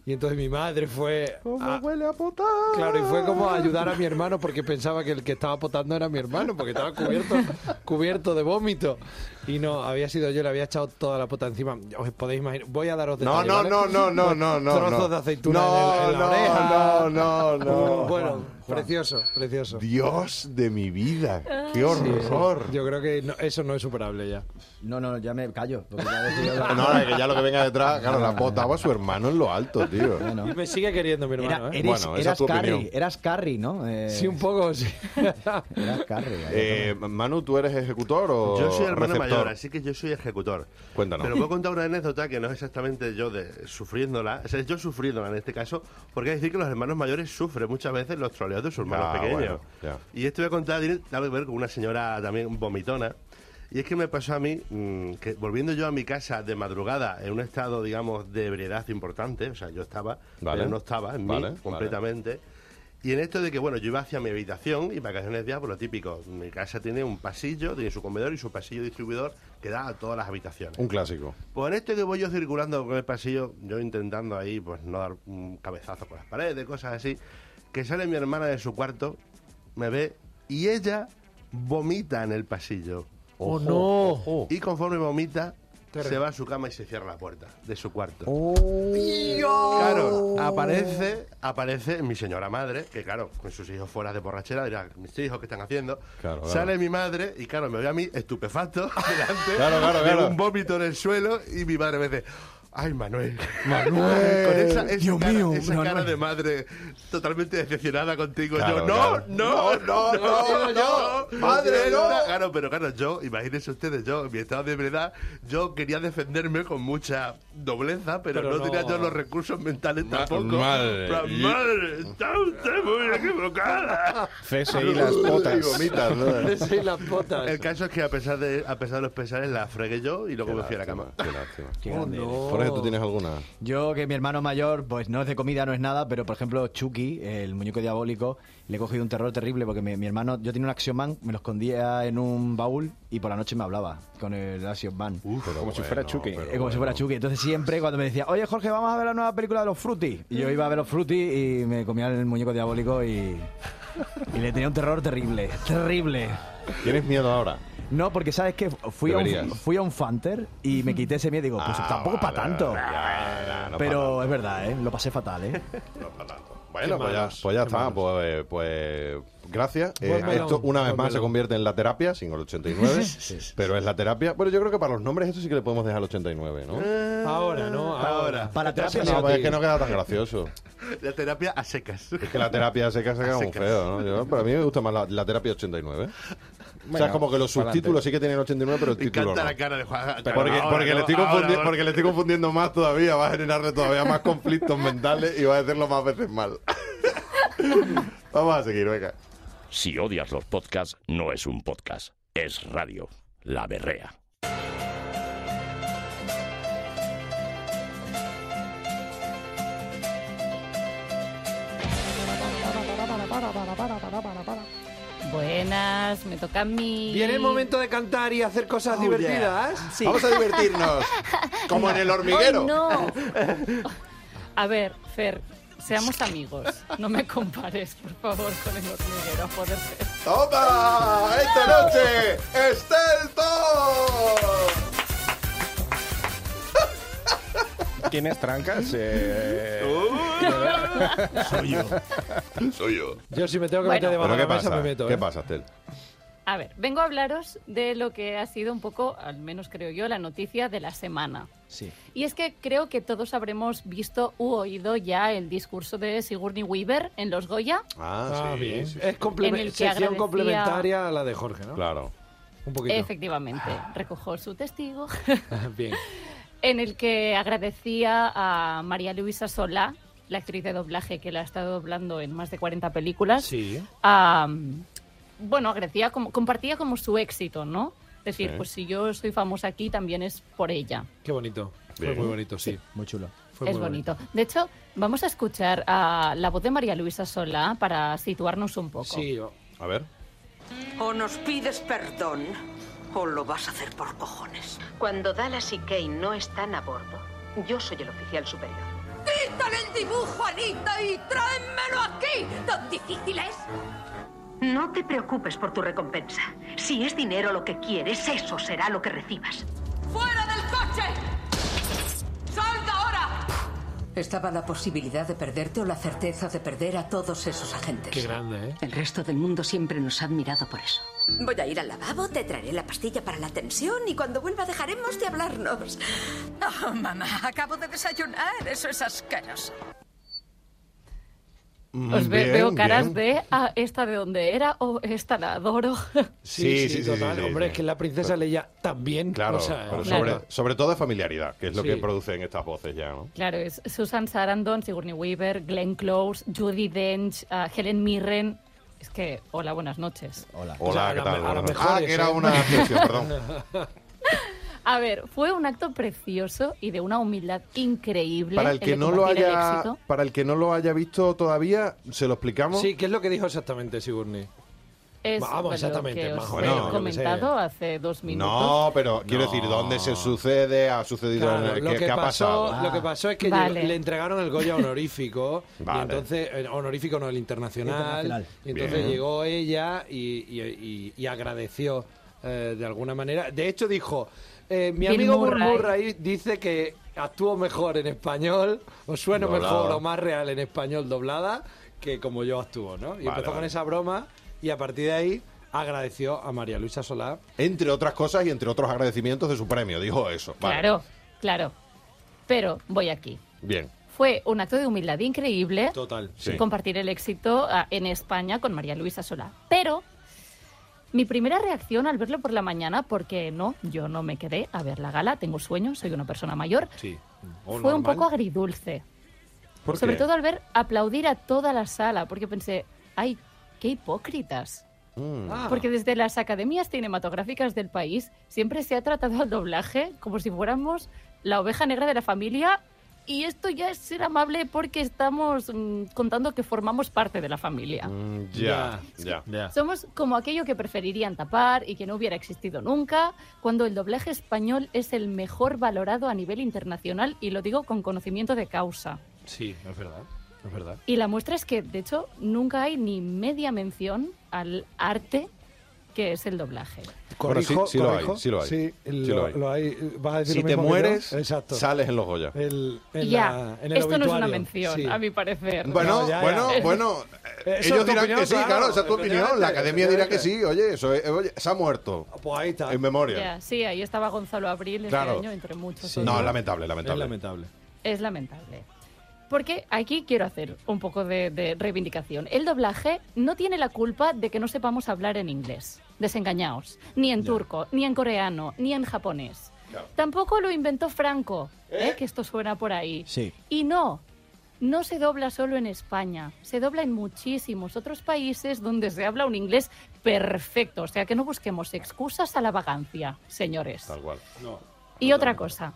Y entonces mi madre fue... ¿Cómo a- huele a potar? Claro, y fue como a ayudar a mi hermano porque pensaba que el que estaba potando era mi hermano, porque estaba cubierto, cubierto de vómito. Y no, había sido yo, le había echado toda la pota encima. Os podéis imaginar. Voy a daros No, detalles, no, ¿vale? no, no, no, no, no. Trozos no. de aceituna no, en, el- en la no, oreja. No, no, no. Uh, bueno, precioso, precioso. Dios de mi vida. Qué Sí, horror. sí. Yo creo que no- eso no es superable ya. No, no, ya me callo. Porque ya he decidido- No, es que ya lo que venga detrás, claro, la potaba a su hermano en lo alto, tío. Bueno. Y me sigue queriendo mi hermano, Era, ¿eh? eres, Bueno, esa es eras tu Carrie, opinión. eras Carrie, ¿no? Eh, Sí, un poco, sí. Eras Carrie. Eh, Manu, ¿tú eres ejecutor o Yo soy hermano receptor? mayor, así que yo soy ejecutor. Cuéntanos. Pero puedo contar una anécdota que no es exactamente yo de sufriéndola, o sea, es yo sufriéndola en este caso, porque hay que decir que los hermanos mayores sufren muchas veces los troleos de sus hermanos Ah, pequeños. bueno, ya. Y esto voy a contar, tiene algo que ver con una señora también vomitona. Y es que me pasó a mí, mmm, que volviendo yo a mi casa de madrugada en un estado, digamos, de ebriedad importante, o sea, yo estaba, Vale. pero no estaba en Vale, mí completamente. Y en esto de que, bueno, yo iba hacia mi habitación y vacaciones de día, por lo típico, mi casa tiene un pasillo, tiene su comedor y su pasillo distribuidor que da a todas las habitaciones. Un clásico. Pues en esto que voy yo circulando con el pasillo, yo intentando ahí, pues no dar un cabezazo con las paredes, cosas así, que sale mi hermana de su cuarto, me ve y ella vomita en el pasillo. ¡Oh, no! Y conforme vomita, Te se re- va a su cama y se cierra la puerta de su cuarto. Oh. Claro, aparece, aparece mi señora madre, que claro, con sus hijos fuera de borrachera, dirá, mis hijos, ¿qué están haciendo? Claro, claro. Sale mi madre y claro, me ve a mí estupefacto delante, Claro, claro, de claro. un vómito en el suelo y mi madre me dice... ¡Ay, Manuel! Manuel. Con esa, esa Dios cara, mío, esa Manuel. cara de madre totalmente decepcionada contigo. Claro, yo, no, claro. no, no, no, no, no, madre, no. Claro, pero claro, yo, imagínense ustedes, yo, en mi estado de verdad, yo quería defenderme con mucha nobleza, pero, Pero no, tenía no. yo los recursos mentales Ma- tampoco. madre. Pero, madre, está usted muy equivocada. C S I las potas. Y vomitas, ¿no? Sí, las potas. El caso es que a pesar de a pesar de los pesares la fregué yo y luego me fui a la cama. Qué lástima. Qué Oh, grande eres. no. Jorge, ¿tú tienes alguna? Yo, que mi hermano mayor, pues no es de comida, no es nada, pero por ejemplo, Chucky, el muñeco diabólico, le he cogido un terror terrible porque mi, mi hermano, yo tenía un Action Man, me lo escondía en un baúl y por la noche me hablaba con el Action Man. Pero como si fuera Chucky. pero Eh, como si fuera bueno. Chucky. Entonces siempre cuando me decía, oye Jorge, vamos a ver la nueva película de los Fruity. Y yo iba a ver los Fruity y me comía el muñeco diabólico y, y le tenía un terror terrible, terrible. ¿Tienes miedo ahora? No, porque sabes que fui a, Deberías. un, fui a un Fanter y me quité ese miedo y digo, pues Ah, tampoco para vale, tanto. ya, ya, no Pero pa' es verdad, ¿eh? Lo pasé fatal, ¿eh? No pa' tanto. Bueno, Qué pues ya, malos, pues ya qué está. malos. Pues, pues gracias. Eh, Buen melón, esto una vez buen más se melón. convierte en la terapia, sin el ochenta y nueve. Pero es la terapia. Bueno, yo creo que para los nombres esto sí que le podemos dejar el ochenta y nueve, ¿no? Ahora, ¿no? Ahora. Para terapia No, pues es que no queda tan gracioso. La terapia a secas. Es que la terapia seca se queda muy Secas. feo, ¿no? Yo, para mí me gusta más la, la terapia ochenta y nueve. o sea, Bueno, es como que los pa'lante. subtítulos sí que tienen ochenta y nueve, pero el Me título encanta no. la cara de Juan. Porque, Ahora, porque, le ¿no? estoy Ahora, confundi- ahora. porque le estoy confundiendo más todavía, va a generarle todavía más conflictos mentales y va a decirlo más veces mal. Vamos a seguir, venga. Si odias los podcasts, no es un podcast, es radio. La Berrea. Buenas, me toca a mí. Viene el momento de cantar y hacer cosas divertidas. Sí. Vamos a divertirnos. Como en el hormiguero. ¡Ay, no! A ver, Fer, seamos amigos. No me compares, por favor, con el hormiguero, a poder ser. ¡Toma! ¡Esta noche! ¡Estelto! ¿Tienes trancas? Eh, Soy yo. Soy yo. Yo si me tengo que Bueno. meter debajo ¿Pero de qué la mesa pasa? me meto. ¿Qué ¿eh? pasa, Estel? A ver, vengo a hablaros de lo que ha sido un poco, al menos creo yo, la noticia de la semana. Sí. Y es que creo que todos habremos visto u oído ya el discurso de Sigourney Weaver en los Goya. Ah, Ah, sí, bien. sí, sí. Es complemen- En el que sección agradecía- complementaria a la de Jorge, ¿no? Claro. Un poquito. Efectivamente, recogió su testigo. Bien. En el que agradecía a María Luisa Solá, la actriz de doblaje que la ha estado doblando en más de cuarenta películas. Sí. a, bueno, agradecía como, compartía como su éxito, ¿no? Es decir, Sí. pues si yo soy famosa aquí, también es por ella. Qué bonito. Fue Bien. muy bonito, sí. Muy chulo. Fue es muy bonito. De hecho, vamos a escuchar a la voz de María Luisa Solá para situarnos un poco. Sí, yo- A ver. O nos pides perdón, o lo vas a hacer por cojones. Cuando Dallas y Kane no están a bordo, yo soy el oficial superior. Quítale el dibujo, Anita, y tráemelo aquí. ¿Tan difícil es? No te preocupes por tu recompensa. Si es dinero lo que quieres, eso será lo que recibas. ¡Fuera del coche! ¡Salga ahora! Estaba la posibilidad de perderte o la certeza de perder a todos esos agentes. Qué grande, ¿eh? El resto del mundo siempre nos ha admirado por eso. Voy a ir al lavabo, te traeré la pastilla para la tensión y cuando vuelva dejaremos de hablarnos. Oh, mamá, acabo de desayunar. Eso es asqueroso. Os ve- Bien, veo caras bien. de, ah, esta de dónde era o esta la adoro. Sí, sí, sí, total. sí, sí, Hombre, sí. es que la princesa Leia también. Claro, o sea, pero Claro. Sobre, sobre todo de familiaridad, que es lo Sí. que producen estas voces ya, ¿no? Claro, es Susan Sarandon, Sigourney Weaver, Glenn Close, Judi Dench, uh, Helen Mirren. Es que, hola, buenas noches. Hola. O Hola, sea, ¿qué a tal? la- a las Buenas noches. Ah, mejores, que era ¿eh? una expresión, perdón. A ver, fue un acto precioso y de una humildad increíble. Para el que de no lo compartir el haya, éxito. para el que no lo haya visto todavía, ¿se lo explicamos? Sí, ¿qué es lo que dijo exactamente Sigourney? Es Vamos, bueno, exactamente, lo que más os o he menos, yo qué comentado hace dos minutos. No, pero quiero No. decir, ¿dónde se sucede? ¿Ha sucedido? Claro, en- lo, ¿Qué, que qué ha pasó, pasado? lo que pasó es que Vale. llegó- le entregaron el Goya honorífico y Vale. entonces eh, honorífico no el internacional, Internacional. y entonces Bien. llegó ella y, y- y- y agradeció eh, de alguna manera. De hecho dijo, eh, mi Bill amigo Bill Murray. Murray dice que actúo mejor en español o sueno Doblada. mejor o más real en español doblada que como yo actúo, ¿no? Y Vale, empezó con vale. esa broma y a partir de ahí agradeció a María Luisa Solá. Entre otras cosas y entre otros agradecimientos de su premio, dijo eso. Vale. Claro, claro. Pero voy aquí. Bien. Fue un acto de humildad increíble Total. Sí. compartir el éxito ah, en España con María Luisa Solá. Pero mi primera reacción al verlo por la mañana, porque no, yo no me quedé a ver la gala, tengo sueño, soy una persona mayor, Sí. O fue un normal. poco agridulce. ¿Por Sobre qué? todo al ver aplaudir a toda la sala, porque pensé, ay, qué hipócritas. Mm. Ah. Porque desde las academias cinematográficas del país siempre se ha tratado al doblaje como si fuéramos la oveja negra de la familia, y esto ya es ser amable porque estamos mm, contando que formamos parte de la familia. Mm, ya, ya. Somos como aquello que preferirían tapar y que no hubiera existido nunca, cuando el doblaje español es el mejor valorado a nivel internacional, y lo digo con conocimiento de causa. Sí, es verdad. Es verdad. Y la muestra es que, de hecho, nunca hay ni media mención al arte que es el doblaje. Bueno, sí, sí lo hay, sí lo hay. Sí, Sí lo, lo hay. lo hay. ¿Vas a decir Si lo te mismo que yo? mueres, Exacto. sales en los Goya. El- en ya, la- en el esto no es una obituario. mención, Sí. a mi parecer. Bueno, No, ya, ya. bueno, Eh, bueno. eh, eso Ellos es tu dirán opinión, que sí, claro, claro, esa es tu opinión. La efectivamente, academia dirá que efectivamente. sí. Oye, eso es- oye, se ha muerto. Pues ahí está. En memoria. Ya, sí, ahí estaba Gonzalo Abril este Claro. año, entre muchos No, otros. lamentable, lamentable. Es lamentable. Es lamentable. Porque aquí quiero hacer un poco de, de reivindicación. El doblaje no tiene la culpa de que no sepamos hablar en inglés. Desengañaos. Ni en turco, ni en coreano, ni en japonés. Tampoco lo inventó Franco, ¿eh? Que esto suena por ahí. Sí. Y no, no se dobla solo en España, se dobla en muchísimos otros países donde se habla un inglés perfecto. O sea, que no busquemos excusas a la vagancia, señores. Tal cual. Y otra cosa,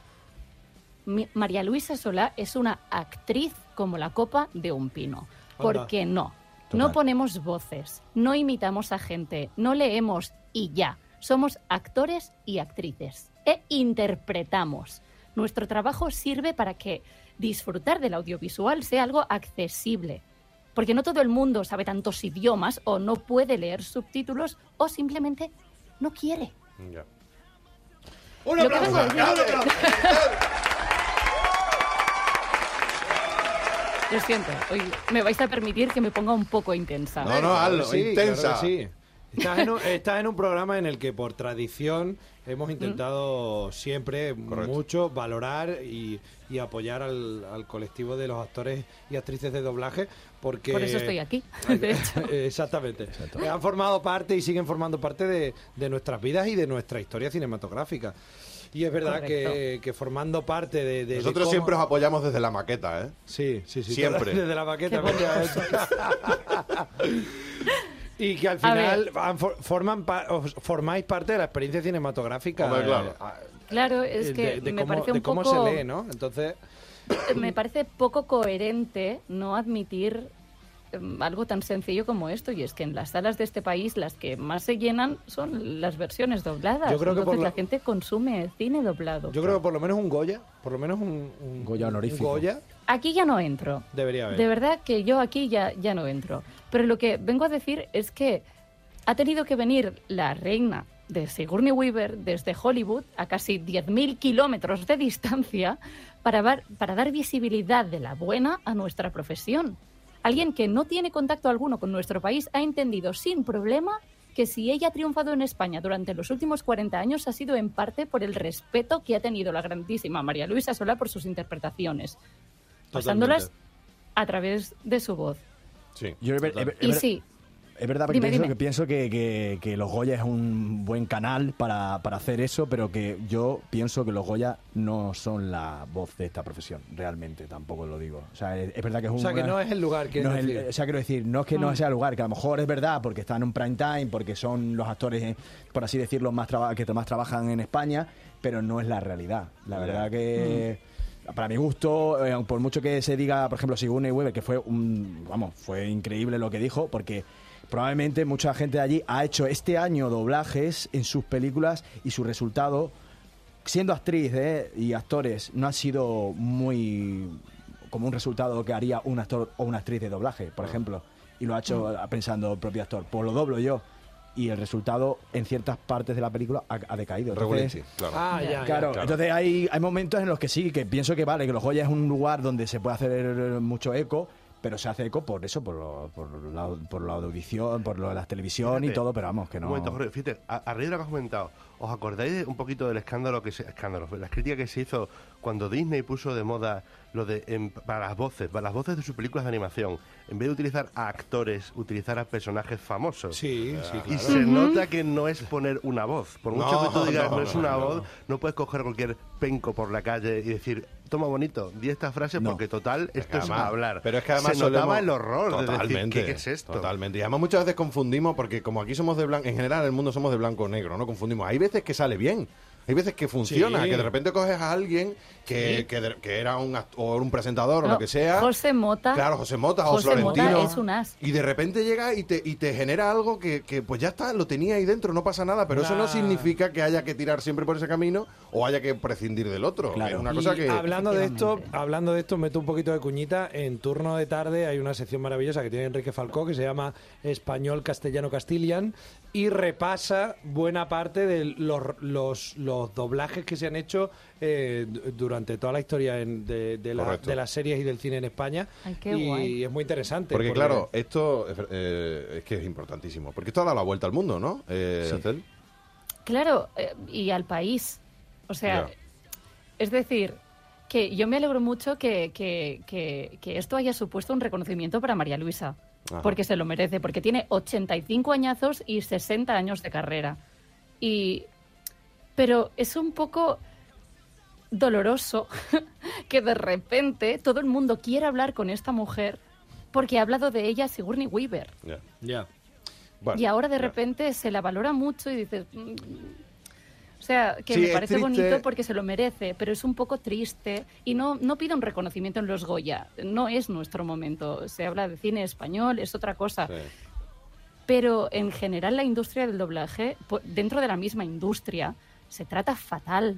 Mi- María Luisa Solá es una actriz como la copa de un pino. ¿Por Anda. qué no? Total. No ponemos voces, no imitamos a gente, no leemos y ya. Somos actores y actrices e interpretamos. Nuestro trabajo sirve para que disfrutar del audiovisual sea algo accesible. Porque no todo el mundo sabe tantos idiomas o no puede leer subtítulos o simplemente no quiere. Ya. Un Lo que vengo a decir- Lo siento, hoy me vais a permitir que me ponga un poco intensa. No, no, hazlo, Sí, intensa. claro que sí. Estás en, un, estás en un programa en el que por tradición hemos intentado siempre mucho valorar y, y apoyar al, al colectivo de los actores y actrices de doblaje porque... Por eso estoy aquí, de hecho. Exactamente. Han formado parte y siguen formando parte de, de nuestras vidas y de nuestra historia cinematográfica. Y es verdad que, Correcto. que formando parte de... de- de Nosotros cómo- siempre os apoyamos desde la maqueta, ¿eh? Sí, sí, sí. Siempre. Desde la maqueta. Qué efectivamente. Y que al A final han for- forman pa- os formáis parte de la experiencia cinematográfica. Hombre, claro. eh, a- Claro, es de- que de me cómo, parece un de cómo poco... se lee, ¿no? Entonces, Me parece poco coherente no admitir mm, algo tan sencillo como esto, y es que en las salas de este país las que más se llenan son las versiones dobladas. Yo creo que Entonces por la- la gente consume cine doblado. Yo creo que por lo menos un Goya, por lo menos un, un Goya honorífico. un Goya Aquí ya no entro. debería haber. De verdad que yo aquí ya, ya no entro. Pero lo que vengo a decir es que ha tenido que venir la reina de Sigourney Weaver desde Hollywood a casi diez mil kilómetros de distancia para, var- para dar visibilidad de la buena a nuestra profesión. Alguien que no tiene contacto alguno con nuestro país ha entendido sin problema que si ella ha triunfado en España durante los últimos cuarenta años ha sido en parte por el respeto que ha tenido la grandísima María Luisa Solá por sus interpretaciones, pasándolas a través de su voz. Sí. Yo, es ver- es ver- es Y ver- sí, Es verdad porque Dime, pienso, dime. que, pienso que, que- que los Goya es un buen canal para, para hacer eso, pero que yo pienso que los Goya no son la voz de esta profesión, realmente, tampoco lo digo. O sea, es, es verdad que es un... O sea, que no es el lugar, no quieres es el- decir. o sea, quiero decir, no es que no Mm. sea el lugar, que a lo mejor es verdad porque están en un prime time, porque son los actores, eh, por así decirlo, más traba- que más trabajan en España, pero no es la realidad. La Ya. verdad que... Para mi gusto, eh, por mucho que se diga, por ejemplo, Sigourney Weaver, que fue un, vamos, fue increíble lo que dijo, porque probablemente mucha gente de allí ha hecho este año doblajes en sus películas y su resultado, siendo actriz eh, y actores, no ha sido muy como un resultado que haría un actor o una actriz de doblaje, por ejemplo, y lo ha hecho pensando el propio actor, pues lo doblo yo. Y el resultado en ciertas partes de la película ha, ha decaído. Entonces, Regulinchi, claro. Ah, ya, ya. Claro, claro. entonces hay, hay momentos en los que sí, que pienso que vale, que los Goya es un lugar donde se puede hacer mucho eco, pero se hace eco por eso, por, lo, por, la, por la audición, por lo de la televisión y Fíjate, todo, pero vamos, que no... Un momento, Jorge, fíjate, a, a raíz de lo que has comentado, ¿os acordáis de un poquito del escándalo que se... escándalo, las críticas que se hizo cuando Disney puso de moda lo de em, para las voces, para las voces de sus películas de animación, en vez de utilizar a actores, utilizar a personajes famosos? Sí, sí, Y claro. se nota que no es poner una voz. Por mucho No, que tú digas no, no, es no, una no. voz, no puedes coger cualquier penco por la calle y decir, toma bonito, di esta frase No. porque total, Es esto que es además- hablar. Pero es que además se notaba solemos- el horror de decir, Totalmente, ¿qué, qué es esto? Totalmente. Y además muchas veces confundimos, porque como aquí somos de blanco, en general en el mundo somos de blanco o negro, no confundimos. Hay veces que sale bien. Hay veces que funciona, Sí. que de repente coges a alguien que, Sí. que, de- que era un act- o un presentador o No, lo que sea. José Mota. Claro, José Mota o José Mota Florentino. es un as. Y de repente llega y te, y te genera algo que, que, pues ya está, lo tenía ahí dentro, no pasa nada. Pero eso no Nah. significa que haya que tirar siempre por ese camino o haya que prescindir del otro. Claro. Es una Y cosa que... hablando de esto, Efectivamente. hablando de esto, meto un poquito de cuñita. En turno de tarde hay una sección maravillosa que tiene Enrique Falcó que se llama Español Castellano Castilian y repasa buena parte de los, los, los doblajes que se han hecho eh, d- durante toda la historia en- de, de, la- Correcto. de las series y del cine en España. Ay, qué y guay. es muy interesante. Porque, claro, esto es ver- eh, es que es importantísimo. Porque esto ha dado la vuelta al mundo, ¿no? Eh, Sí. Acel? Claro, eh, y al país. O sea, Ya. es decir, que yo me alegro mucho que, que, que, que esto haya supuesto un reconocimiento para María Luisa. Ajá. Porque se lo merece, porque tiene ochenta y cinco añazos y sesenta años de carrera. Y pero es un poco doloroso que de repente todo el mundo quiera hablar con esta mujer porque ha hablado de ella Sigourney Weaver. Ya. Ya. Bueno, y ahora de ya. repente se la valora mucho y dices... mm, o sea, que Sí, me es parece triste. bonito porque se lo merece, pero es un poco triste y no, no pido un reconocimiento en los Goya. No es nuestro momento. Se habla de cine español, es otra cosa. Sí. Pero en general la industria del doblaje, po- dentro de la misma industria, se trata fatal.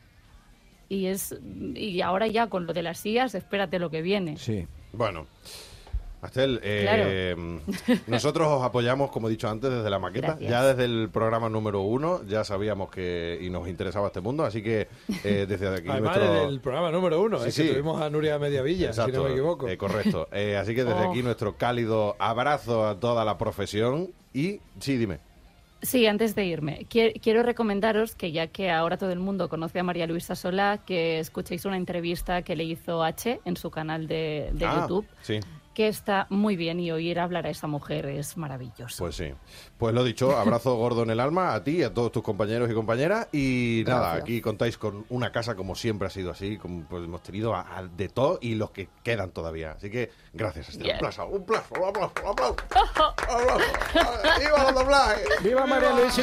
Mm. Y es y ahora ya con lo de las I As, espérate lo que viene. Sí. Bueno, Astel, eh, nosotros os apoyamos, como he dicho antes, desde la maqueta. Gracias. Ya desde el programa número uno ya sabíamos que y nos interesaba este mundo, así que eh, desde aquí Además, nuestro... desde el programa número uno, Sí, es que sí. tuvimos a Nuria Mediavilla, si Exacto, no me equivoco. eh, correcto. Eh, así que desde Oh. aquí nuestro cálido abrazo a toda la profesión y... Sí, dime. Sí, antes de irme, qui- quiero recomendaros que ya que ahora todo el mundo conoce a María Luisa Solá, que escuchéis una entrevista que le hizo H en su canal de, de Ah, YouTube, Sí. que está muy bien y oír hablar a esa mujer es maravilloso. Pues sí. Pues lo dicho, abrazo gordo en el alma a ti y a todos tus compañeros y compañeras. Y nada, Gracias. aquí contáis con una casa como siempre ha sido así, como pues hemos tenido a- a de todo y los que quedan todavía. Así que gracias, Esther. Bien. Un aplauso, un aplauso, un aplauso, un aplauso. Un aplauso. ¡Viva los doblajes! ¡Viva María Luisa!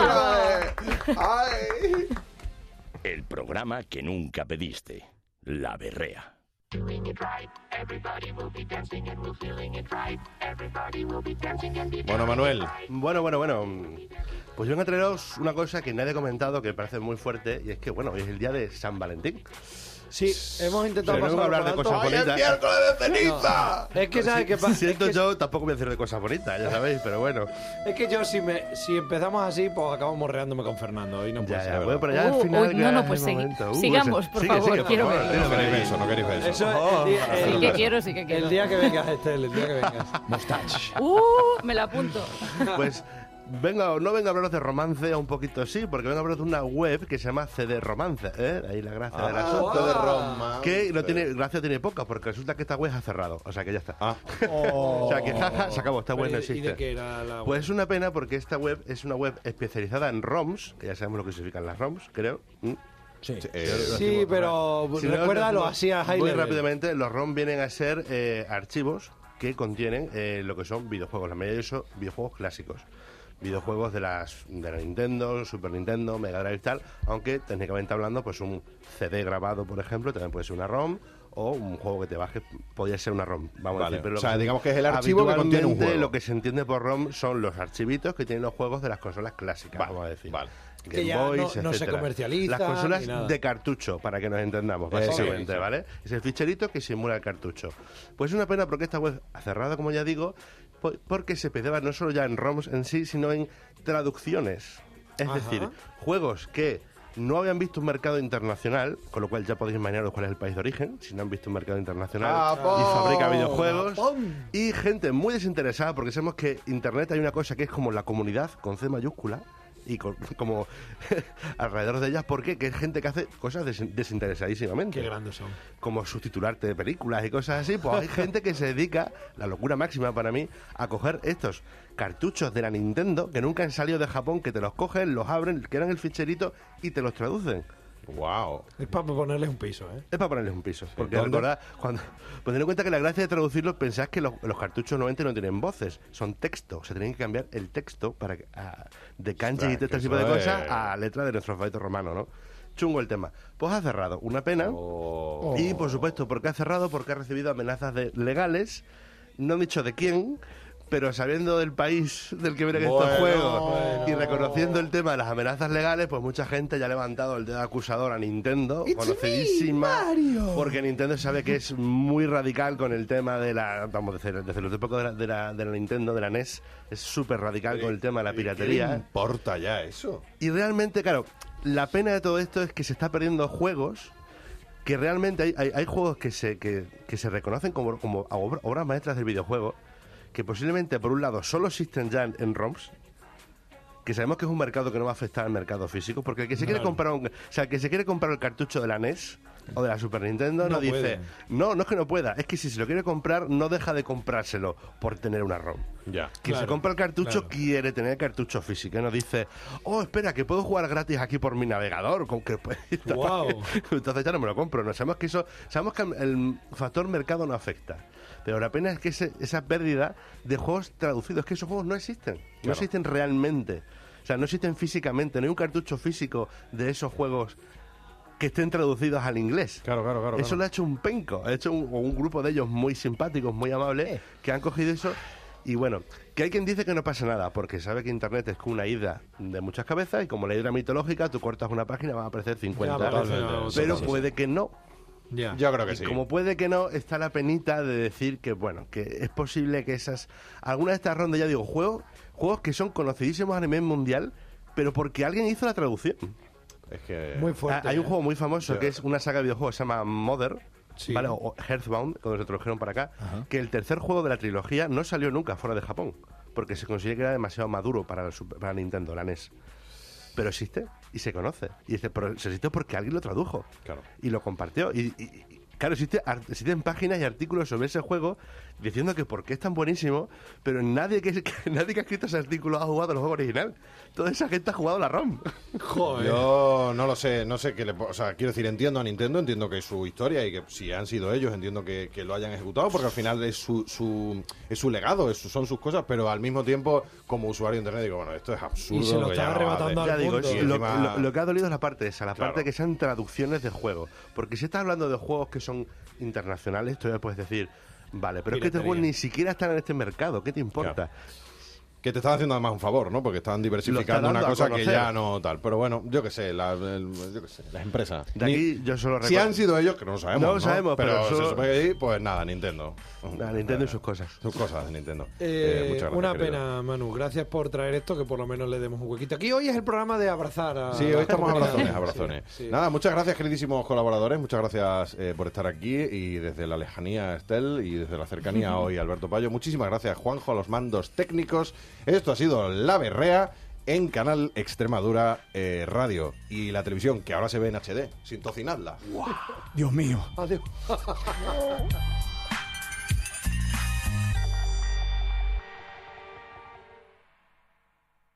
¡Viva! ¡Ay! El programa que nunca pediste. La Berrea. Bueno, Manuel. Bueno, bueno, bueno. Pues yo voy a traeros una cosa que nadie ha comentado, que me parece muy fuerte, y es que, bueno, hoy es el día de San Valentín. Sí, hemos intentado Pero no vengo a hablar de pasar cosas por alto. bonitas. ¡Ay, el miércoles de ceniza! No. Es que, ¿sabes qué pasa? Siento Es que- yo, tampoco voy a decir de cosas bonitas, ya sabéis, pero bueno. Es que yo, si, me, si empezamos así, pues acabo morreándome con Fernando. Y no puede Ya, ser. ya, bueno, pero ya al Uh, final. uy, no, no, pues segui- sigamos, por favor, quiero ver. No queréis beso, no queréis beso. Eso es el día, Sí el- que quiero, sí que quiero. el día que vengas, Estel, el día que vengas. Mustache. Uh, me la apunto. Pues venga, no vengo a hablaros de romance, un poquito sí, porque vengo a hablaros de una web que se llama C D Romance, ¿eh? Ahí la gracia del Ah, asunto. C D Romance. Que no tiene, gracia tiene poca, porque resulta que esta web ha cerrado, o sea que ya está. Ah. O sea que jaja, se acabó, esta web no Pero, ¿y de existe. qué era la web? Pues es una pena porque esta web es una web especializada en ROMs, que ya sabemos lo que significan las ROMs, creo. ¿Mm? Sí. Eh, Sí, pero Si no, recuérdalo os- así a high Muy level. rápidamente, los ROM vienen a ser eh, archivos que contienen eh, lo que son videojuegos. La mayoría de ellos son videojuegos clásicos. Videojuegos de las de la Nintendo, Super Nintendo, Mega Drive y tal, aunque técnicamente hablando, pues un C D grabado, por ejemplo, también puede ser una ROM, o un juego que te bajes podría ser una ROM, vamos Vale. a decir. Pero lo O sea, que- digamos que es el archivo que contiene un habitualmente juego. Lo que se entiende por ROM son los archivitos que tienen los juegos de las consolas clásicas, Vale, vamos a decir. vale. Que Game ya no- Boys, no se etcétera. comercializan Las consolas ni nada. de cartucho, para que nos entendamos, Eh, básicamente, sí, sí. ¿vale? Es el ficherito que simula el cartucho. Pues es una pena porque esta web ha cerrado, como ya digo, po- porque se especializaba no solo ya en ROMs en sí, sino en traducciones. Es Ajá. decir, juegos que no habían visto un mercado internacional, con lo cual ya podéis imaginaros cuál es el país de origen, si no han visto un mercado internacional Japón. y fabrica videojuegos. Japón. Y gente muy desinteresada, porque sabemos que Internet hay una cosa que es como la comunidad, con C mayúscula, y con- como alrededor de ellas, ¿por qué? Que es gente que hace cosas des- desinteresadísimamente. Qué grandes son. Como subtitularte de películas y cosas así, pues hay gente que se dedica, la locura máxima para mí, a coger estos cartuchos de la Nintendo que nunca han salido de Japón, que te los cogen, los abren, quedan el ficherito y te los traducen. Wow. Es para ponerles un piso, ¿eh? Es para ponerles un piso. Porque ¿Dónde? recordad, cuando, pues teniendo en cuenta que la gracia de traducirlos, pensás que los, los cartuchos normalmente no tienen voces, son texto. O sea, tienen que cambiar el texto para que, a- de kanji y Ostras, este que tipo de eso cosas es- a letra de nuestro alfabeto romano, ¿no? Chungo el tema. Pues ha cerrado. Una pena. Oh. Y, por supuesto, ¿por qué ha cerrado? Porque ha recibido amenazas de, legales. No han dicho de quién, pero sabiendo del país del que vienen estos Bueno, juegos bueno. y reconociendo el tema de las amenazas legales, pues mucha gente ya ha levantado el dedo acusador a Nintendo, conocidísima, porque Nintendo sabe que es muy radical con el tema de la, vamos a decir, desde los tiempos de la, de la, de la Nintendo, de la N E S, es súper radical con el tema de la ¿Qué le piratería. importa ya eso? Y realmente, claro, la pena de todo esto es que se está perdiendo juegos que realmente hay, hay, hay juegos que se, que, que se reconocen como, como obra- obras maestras del videojuego, que posiblemente, por un lado, solo existen ya en, en ROMs, que sabemos que es un mercado que no va a afectar al mercado físico, porque el que se quiere comprar un, o sea, el que se quiere comprar el cartucho de la N E S o de la Super Nintendo no, No dice, puede. no, no es que no pueda, es que si se lo quiere comprar no deja de comprárselo por tener una ROM. Ya. Que se Claro, compra el cartucho claro. quiere tener el cartucho físico. Y no dice, oh, espera, que puedo jugar gratis aquí por mi navegador. Con que, pues, Guau. Entonces ya no me lo compro. No sabemos que eso, sabemos que el factor mercado no afecta. Pero la pena es que ese- esa pérdida de juegos traducidos, que esos juegos no existen. No Claro. existen realmente. O sea, no existen físicamente. No hay un cartucho físico de esos juegos que estén traducidos al inglés. Claro, claro, claro. Eso claro. lo ha hecho un penco, ha hecho un, o un grupo de ellos muy simpáticos, muy amables, Eh. que han cogido eso. Y bueno, que hay quien dice que no pasa nada, porque sabe que Internet es como una hidra de muchas cabezas, y como la hidra mitológica, tú cortas una página, van a aparecer cincuenta. Ya, totalmente. Pero Sí, sí, puede que no. Ya. Yo creo que Y sí. como puede que no, está la penita de decir que, bueno, que es posible que esas... Algunas de estas rondas, ya digo, juegos, juegos que son conocidísimos a nivel mundial, pero porque alguien hizo la traducción. Es que... Muy fuerte. Ah, hay un ¿eh? juego muy famoso Sí. que es una saga de videojuegos, se llama Mother, Sí. ¿vale? O Earthbound, cuando se tradujeron para acá, que el tercer juego de la trilogía no salió nunca fuera de Japón, porque se considera que era demasiado maduro para, el Super- para Nintendo, la N E S. Pero existe y se conoce. Y dice, pero se existe porque alguien lo tradujo Claro. y lo compartió. Y, y- y, claro, existe, ar- existen páginas y artículos sobre ese juego diciendo que por qué es tan buenísimo, pero nadie que, que- nadie que ha escrito ese artículo ha jugado el juego original. Toda esa gente ha jugado la ROM. Joder. Yo no lo sé, no sé qué le... po- O sea, quiero decir, entiendo a Nintendo, entiendo que es su historia y que si han sido ellos, entiendo que, que lo hayan ejecutado, porque al final es su, su, es su legado, es su- son sus cosas, pero al mismo tiempo, como usuario de Internet, digo, bueno, esto es absurdo. Y se lo que está ya no arrebatando hace. al Ya digo, mundo. es- Y lo, encima- lo- lo que ha dolido es la parte esa, la Claro. parte que sean traducciones de juegos. Porque si estás hablando de juegos que son son internacionales, todavía puedes decir, vale, pero es que Piratería. estos juegos ni siquiera están en este mercado, ¿qué te importa? Claro. Que te están haciendo además un favor, ¿no? Porque están diversificando dando una a cosa que conocer. ya no tal. Pero bueno, yo qué sé, la, el- yo qué sé, las empresas. De aquí yo solo Si recuerdo- han sido ellos, que no lo sabemos. No lo sabemos, pero, pero se solo- supone que ahí, pues nada, Nintendo. Nada, Nintendo y sus cosas. Sus cosas de Nintendo. Eh, Eh, muchas gracias, una querido. pena, Manu. Gracias por traer esto, que por lo menos le demos un huequito. Aquí hoy es el programa de abrazar a... Sí, hoy estamos a- abrazones, abrazones. Sí, sí. Nada, muchas gracias, queridísimos colaboradores. Muchas gracias eh, por estar aquí. Y desde la lejanía, Estel, y desde la cercanía hoy, Alberto Payo. Muchísimas gracias, Juanjo, a los mandos técnicos. Esto ha sido La Berrea en Canal Extremadura eh, Radio. Y la televisión, que ahora se ve en H D, sin tocinarla. Dios mío. Adiós.